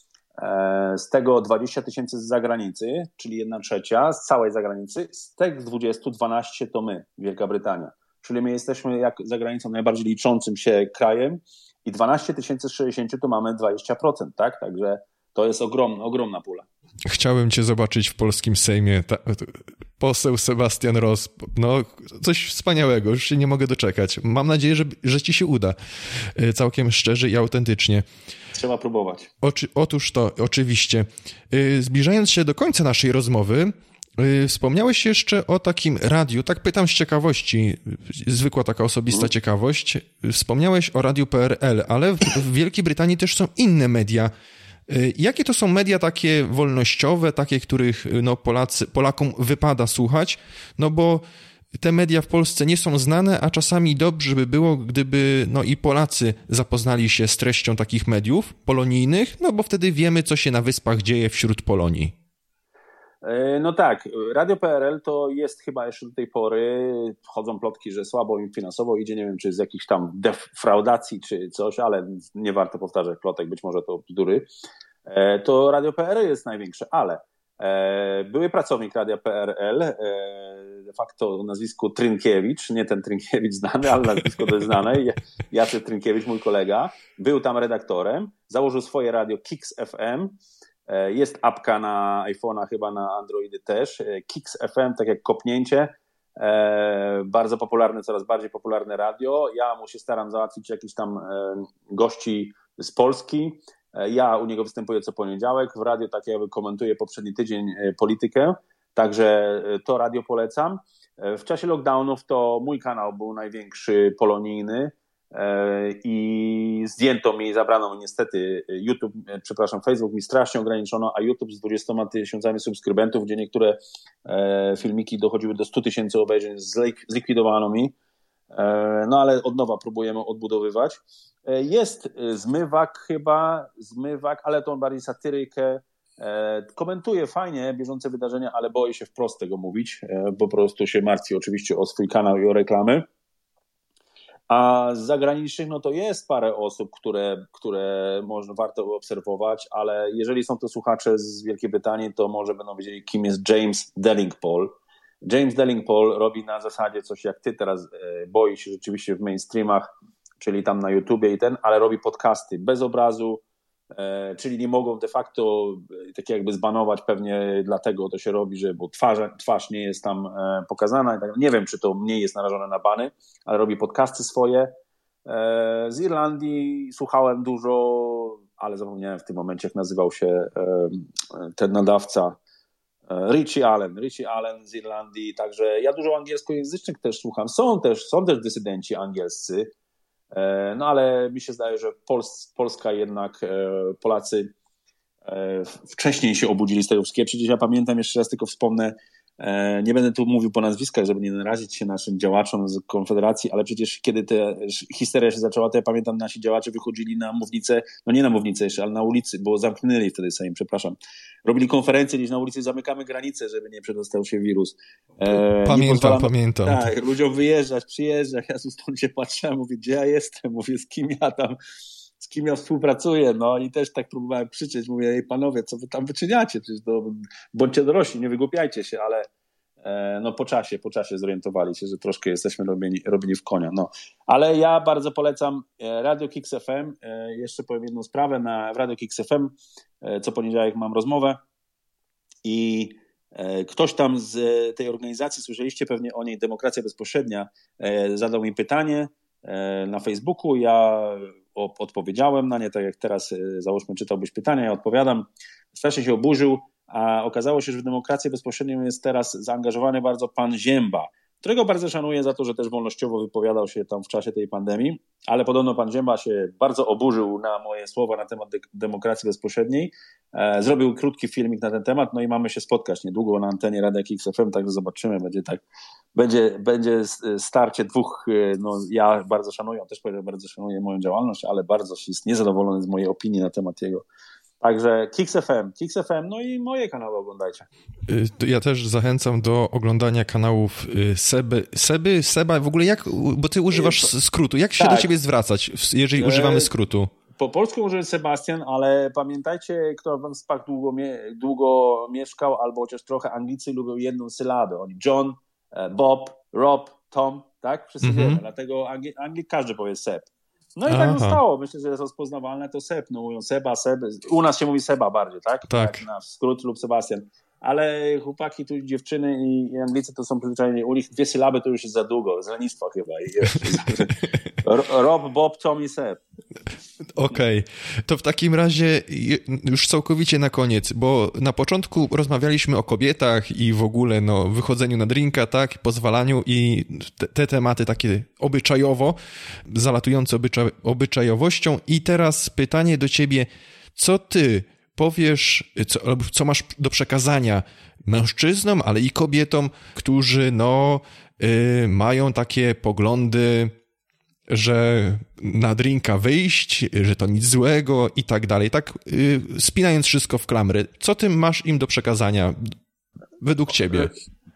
Speaker 2: Z tego 20 000 z zagranicy, czyli 1/3 z całej zagranicy, z tych 20, 12 to my, Wielka Brytania. Czyli my jesteśmy jak za granicą najbardziej liczącym się krajem i 12 000 z 60 to mamy 20%, tak? Także to jest ogromna pula.
Speaker 1: Chciałem cię zobaczyć w polskim Sejmie. Poseł Sebastian Ross, no coś wspaniałego, już się nie mogę doczekać. Mam nadzieję, że ci się uda, całkiem szczerze i autentycznie.
Speaker 2: Trzeba próbować.
Speaker 1: Otóż to, oczywiście. Zbliżając się do końca naszej rozmowy, wspomniałeś jeszcze o takim radiu, tak pytam z ciekawości, zwykła taka osobista ciekawość. Wspomniałeś o radiu PRL, ale w Wielkiej Brytanii też są inne media. Jakie to są media takie wolnościowe, takie, których Polakom wypada słuchać? No bo te media w Polsce nie są znane, a czasami dobrze by było, gdyby i Polacy zapoznali się z treścią takich mediów polonijnych, no bo wtedy wiemy, co się na Wyspach dzieje wśród Polonii.
Speaker 2: No tak, Radio PRL to jest chyba jeszcze do tej pory, chodzą plotki, że słabo im finansowo idzie, nie wiem czy z jakichś tam defraudacji czy coś, ale nie warto powtarzać plotek, być może to bzdury. To Radio PRL jest największe, ale były pracownik Radia PRL, de facto o nazwisku Trynkiewicz, nie ten Trynkiewicz znany, ale nazwisko to jest znane, Jacek Trynkiewicz, mój kolega, był tam redaktorem, założył swoje radio Kix FM. Jest apka na iPhone'a, chyba na Androidy też. Kix FM, tak jak kopnięcie. Bardzo popularne, coraz bardziej popularne radio. Ja mu się staram załatwić jakichś tam gości z Polski. Ja u niego występuję co poniedziałek, w radio tak jakby komentuję poprzedni tydzień politykę, także to radio polecam. W czasie lockdownów to mój kanał był największy polonijny i zdjęto mi, zabrano mi niestety Facebook mi strasznie ograniczono, a YouTube z 20 000 subskrybentów, gdzie niektóre filmiki dochodziły do 100 000 obejrzeń, zlikwidowano mi. No ale od nowa próbujemy odbudowywać. Jest zmywak, ale to on bardziej satyrykę. Komentuje fajnie bieżące wydarzenia, ale boję się wprost tego mówić, bo po prostu się martwi oczywiście o swój kanał i o reklamy. A z zagranicznych, no to jest parę osób, które warto obserwować, ale jeżeli są to słuchacze z Wielkiej Brytanii, to może będą wiedzieli, kim jest James Delingpole. James Delingpole robi na zasadzie coś jak ty teraz, boi się rzeczywiście w mainstreamach, czyli tam na YouTubie ale robi podcasty bez obrazu, czyli nie mogą de facto tak jakby zbanować, pewnie dlatego to się robi, bo twarz nie jest tam pokazana i tak. Nie wiem, czy to mniej jest narażone na bany, ale robi podcasty swoje. Z Irlandii słuchałem dużo, ale zapomniałem w tym momencie, jak nazywał się ten nadawca. Richie Allen z Irlandii, także ja dużo angielskojęzycznych też słucham. Są też dysydenci angielscy, no ale mi się zdaje, że Polska jednak, Polacy wcześniej się obudzili z tego wszystkiego. Przecież ja pamiętam, jeszcze raz tylko wspomnę, nie będę tu mówił po nazwiskach, żeby nie narazić się naszym działaczom z Konfederacji, ale przecież kiedy ta histeria się zaczęła, to ja pamiętam, nasi działacze wychodzili na mównicę, no nie na mównicę jeszcze, ale na ulicy, bo zamknęli wtedy Sejm, przepraszam. Robili konferencję gdzieś na ulicy, zamykamy granice, żeby nie przedostał się wirus.
Speaker 1: Pamiętam.
Speaker 2: Tak, ludziom wyjeżdżać, przyjeżdżać, ja tu stąd się patrzyłem, mówię, gdzie ja jestem, mówię, z kim ja współpracuję, no i też tak próbowałem krzyczeć, mówię, ej panowie, co wy tam wyczyniacie, przecież bądźcie dorośli, nie wygłupiajcie się, ale no po czasie zorientowali się, że troszkę jesteśmy robieni w konia, no. Ale ja bardzo polecam Radio Kicks FM, jeszcze powiem jedną sprawę, w Radio Kicks FM co poniedziałek mam rozmowę i ktoś tam z tej organizacji, słyszeliście pewnie o niej, Demokracja Bezpośrednia, zadał mi pytanie na Facebooku, ja odpowiedziałem na nie, tak jak teraz, załóżmy, czytałbyś pytania, ja odpowiadam. Strasznie się oburzył, a okazało się, że w Demokrację Bezpośrednią jest teraz zaangażowany bardzo pan Zięba, którego bardzo szanuję za to, że też wolnościowo wypowiadał się tam w czasie tej pandemii, ale podobno pan Zięba się bardzo oburzył na moje słowa na temat Demokracji Bezpośredniej. Zrobił krótki filmik na ten temat, no i mamy się spotkać niedługo na antenie Radia Kicks FM, także zobaczymy, będzie starcie dwóch, no ja bardzo szanuję, on też powiedział, bardzo szanuje moją działalność, ale bardzo jest niezadowolony z mojej opinii na temat jego. Także Kicks FM, no i moje kanały oglądajcie.
Speaker 1: Ja też zachęcam do oglądania kanałów Seba, w ogóle bo ty używasz skrótu, jak się do ciebie zwracać, jeżeli używamy skrótu?
Speaker 2: Po polsku może Sebastian, ale pamiętajcie, kto w Spach długo mieszkał, albo chociaż trochę Anglicy lubią jedną sylabę. Oni John, Bob, Rob, Tom, tak? Wszyscy wiemy, dlatego Anglik każdy powie Seb. No i tak zostało. Myślę, że jest rozpoznawalne to Seb. No mówią Seb. U nas się mówi Seba bardziej, tak?
Speaker 1: Tak.
Speaker 2: Na skrót lub Sebastian. Ale chłopaki, tu dziewczyny i Anglicy to są przyzwyczajeni. U nich 2 sylaby to już jest za długo. Z lenistwa chyba. Rob, Bob, Tom i Seb.
Speaker 1: Okej. To w takim razie już całkowicie na koniec, bo na początku rozmawialiśmy o kobietach i w ogóle wychodzeniu na drinka, tak, pozwalaniu i te tematy takie obyczajowo, zalatujące obyczajowością. I teraz pytanie do ciebie, co ty powiesz, co masz do przekazania mężczyznom, ale i kobietom, którzy mają takie poglądy, że na drinka wyjść, że to nic złego i tak dalej, tak spinając wszystko w klamry. Co ty masz im do przekazania według ciebie?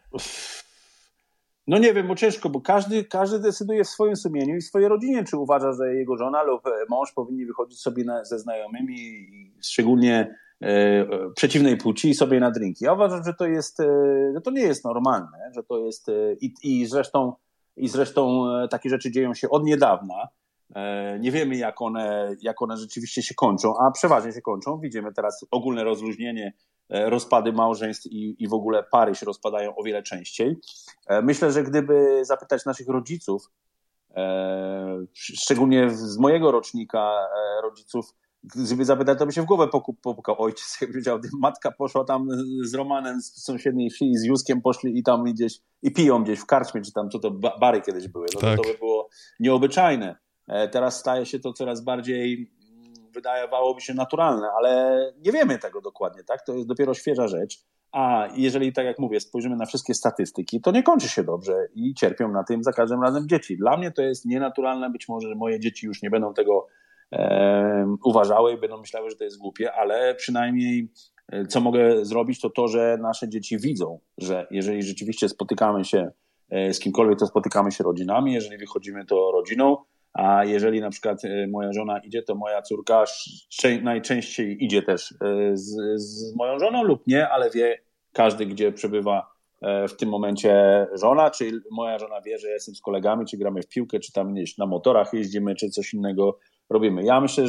Speaker 2: No nie wiem, bo ciężko, bo każdy decyduje w swoim sumieniu i w swojej rodzinie, czy uważa, że jego żona lub mąż powinni wychodzić sobie ze znajomymi, szczególnie przeciwnej płci, i sobie na drinki. Ja uważam, że to nie jest normalne, że to jest i zresztą takie rzeczy dzieją się od niedawna. Nie wiemy, jak one rzeczywiście się kończą, a przeważnie się kończą. Widzimy teraz ogólne rozluźnienie, rozpady małżeństw i w ogóle pary się rozpadają o wiele częściej. Myślę, że gdyby zapytać naszych rodziców, szczególnie z mojego rocznika rodziców, żeby zapytać, to by się w głowę popukał ojciec, jak wiedział, matka poszła tam z Romanem z sąsiedniej wsi, z Józkiem poszli i tam gdzieś, i piją gdzieś w karczmie, czy tam, co to bary kiedyś były, no
Speaker 1: tak.
Speaker 2: to by było nieobyczajne. Teraz staje się to coraz bardziej, wydawałoby się naturalne, ale nie wiemy tego dokładnie, tak? To jest dopiero świeża rzecz, a jeżeli, tak jak mówię, spojrzymy na wszystkie statystyki, to nie kończy się dobrze i cierpią na tym za każdym razem dzieci. Dla mnie to jest nienaturalne, być może moje dzieci już nie będą tego uważały i będą myślały, że to jest głupie, ale przynajmniej co mogę zrobić, to to, że nasze dzieci widzą, że jeżeli rzeczywiście spotykamy się z kimkolwiek, to spotykamy się rodzinami, jeżeli wychodzimy, to rodziną, a jeżeli na przykład moja żona idzie, to moja córka najczęściej idzie też z moją żoną lub nie, ale wie każdy, gdzie przebywa w tym momencie żona, czy moja żona wie, że ja jestem z kolegami, czy gramy w piłkę, czy tam gdzieś na motorach jeździmy, czy coś innego robimy. Ja myślę,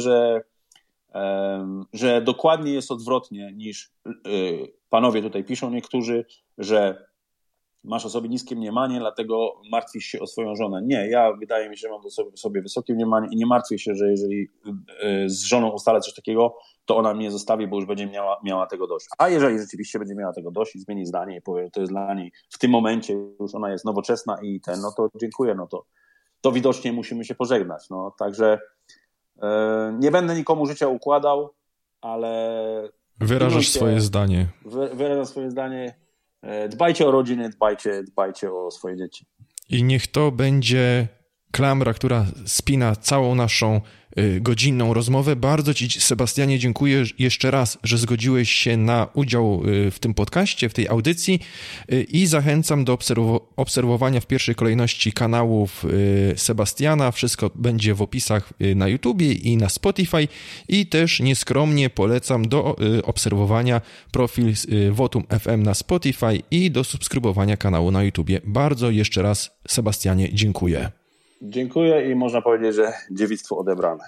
Speaker 2: że dokładnie jest odwrotnie niż panowie tutaj piszą niektórzy, że masz o sobie niskie mniemanie, dlatego martwisz się o swoją żonę. Nie, wydaje mi się, że mam do sobie wysokie mniemanie i nie martwię się, że jeżeli z żoną ustalę coś takiego, to ona mnie zostawi, bo już będzie miała tego dość. A jeżeli rzeczywiście będzie miała tego dość i zmieni zdanie i powie, że to jest dla niej w tym momencie, już ona jest nowoczesna i no to dziękuję, no to widocznie musimy się pożegnać. No, także nie będę nikomu życia układał, ale...
Speaker 1: Wyrażasz swoje zdanie.
Speaker 2: Wyrażam swoje zdanie. Dbajcie o rodziny, dbajcie o swoje dzieci.
Speaker 1: I niech to będzie klamra, która spina całą naszą godzinną rozmowę. Bardzo Ci, Sebastianie, dziękuję jeszcze raz, że zgodziłeś się na udział w tym podcaście, w tej audycji i zachęcam do obserwowania w pierwszej kolejności kanałów Sebastiana. Wszystko będzie w opisach na YouTubie i na Spotify i też nieskromnie polecam do obserwowania profil Votum FM na Spotify i do subskrybowania kanału na YouTubie. Bardzo jeszcze raz, Sebastianie, dziękuję.
Speaker 2: Dziękuję i można powiedzieć, że dziewictwo odebrane.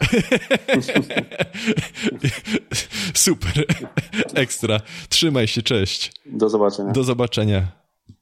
Speaker 1: Super, ekstra. Trzymaj się, cześć.
Speaker 2: Do zobaczenia.
Speaker 1: Do zobaczenia.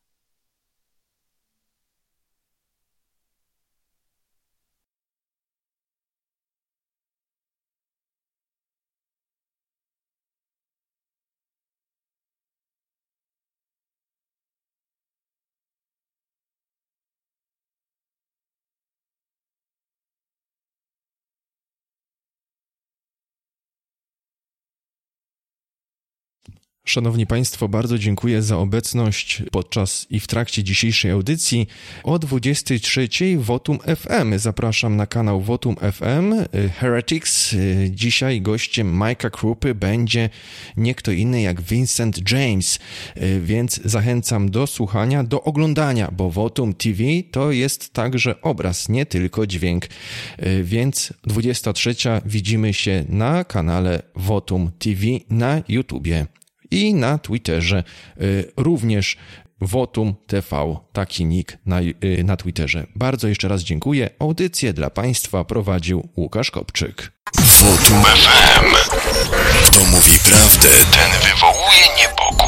Speaker 1: Szanowni Państwo, bardzo dziękuję za obecność podczas i w trakcie dzisiejszej audycji. O 23:00 Votum FM. Zapraszam na kanał Votum FM Heretics. Dzisiaj gościem Mike'a Krupy będzie nie kto inny jak Vincent James, więc zachęcam do słuchania, do oglądania, bo Votum TV to jest także obraz, nie tylko dźwięk. Więc 23:00 widzimy się na kanale Votum TV na YouTubie. I na Twitterze również Votum TV, taki nick na Twitterze. Bardzo jeszcze raz dziękuję. Audycję dla Państwa prowadził Łukasz Kopczyk.
Speaker 3: Votum FM. Kto mówi prawdę, ten wywołuje niepokój.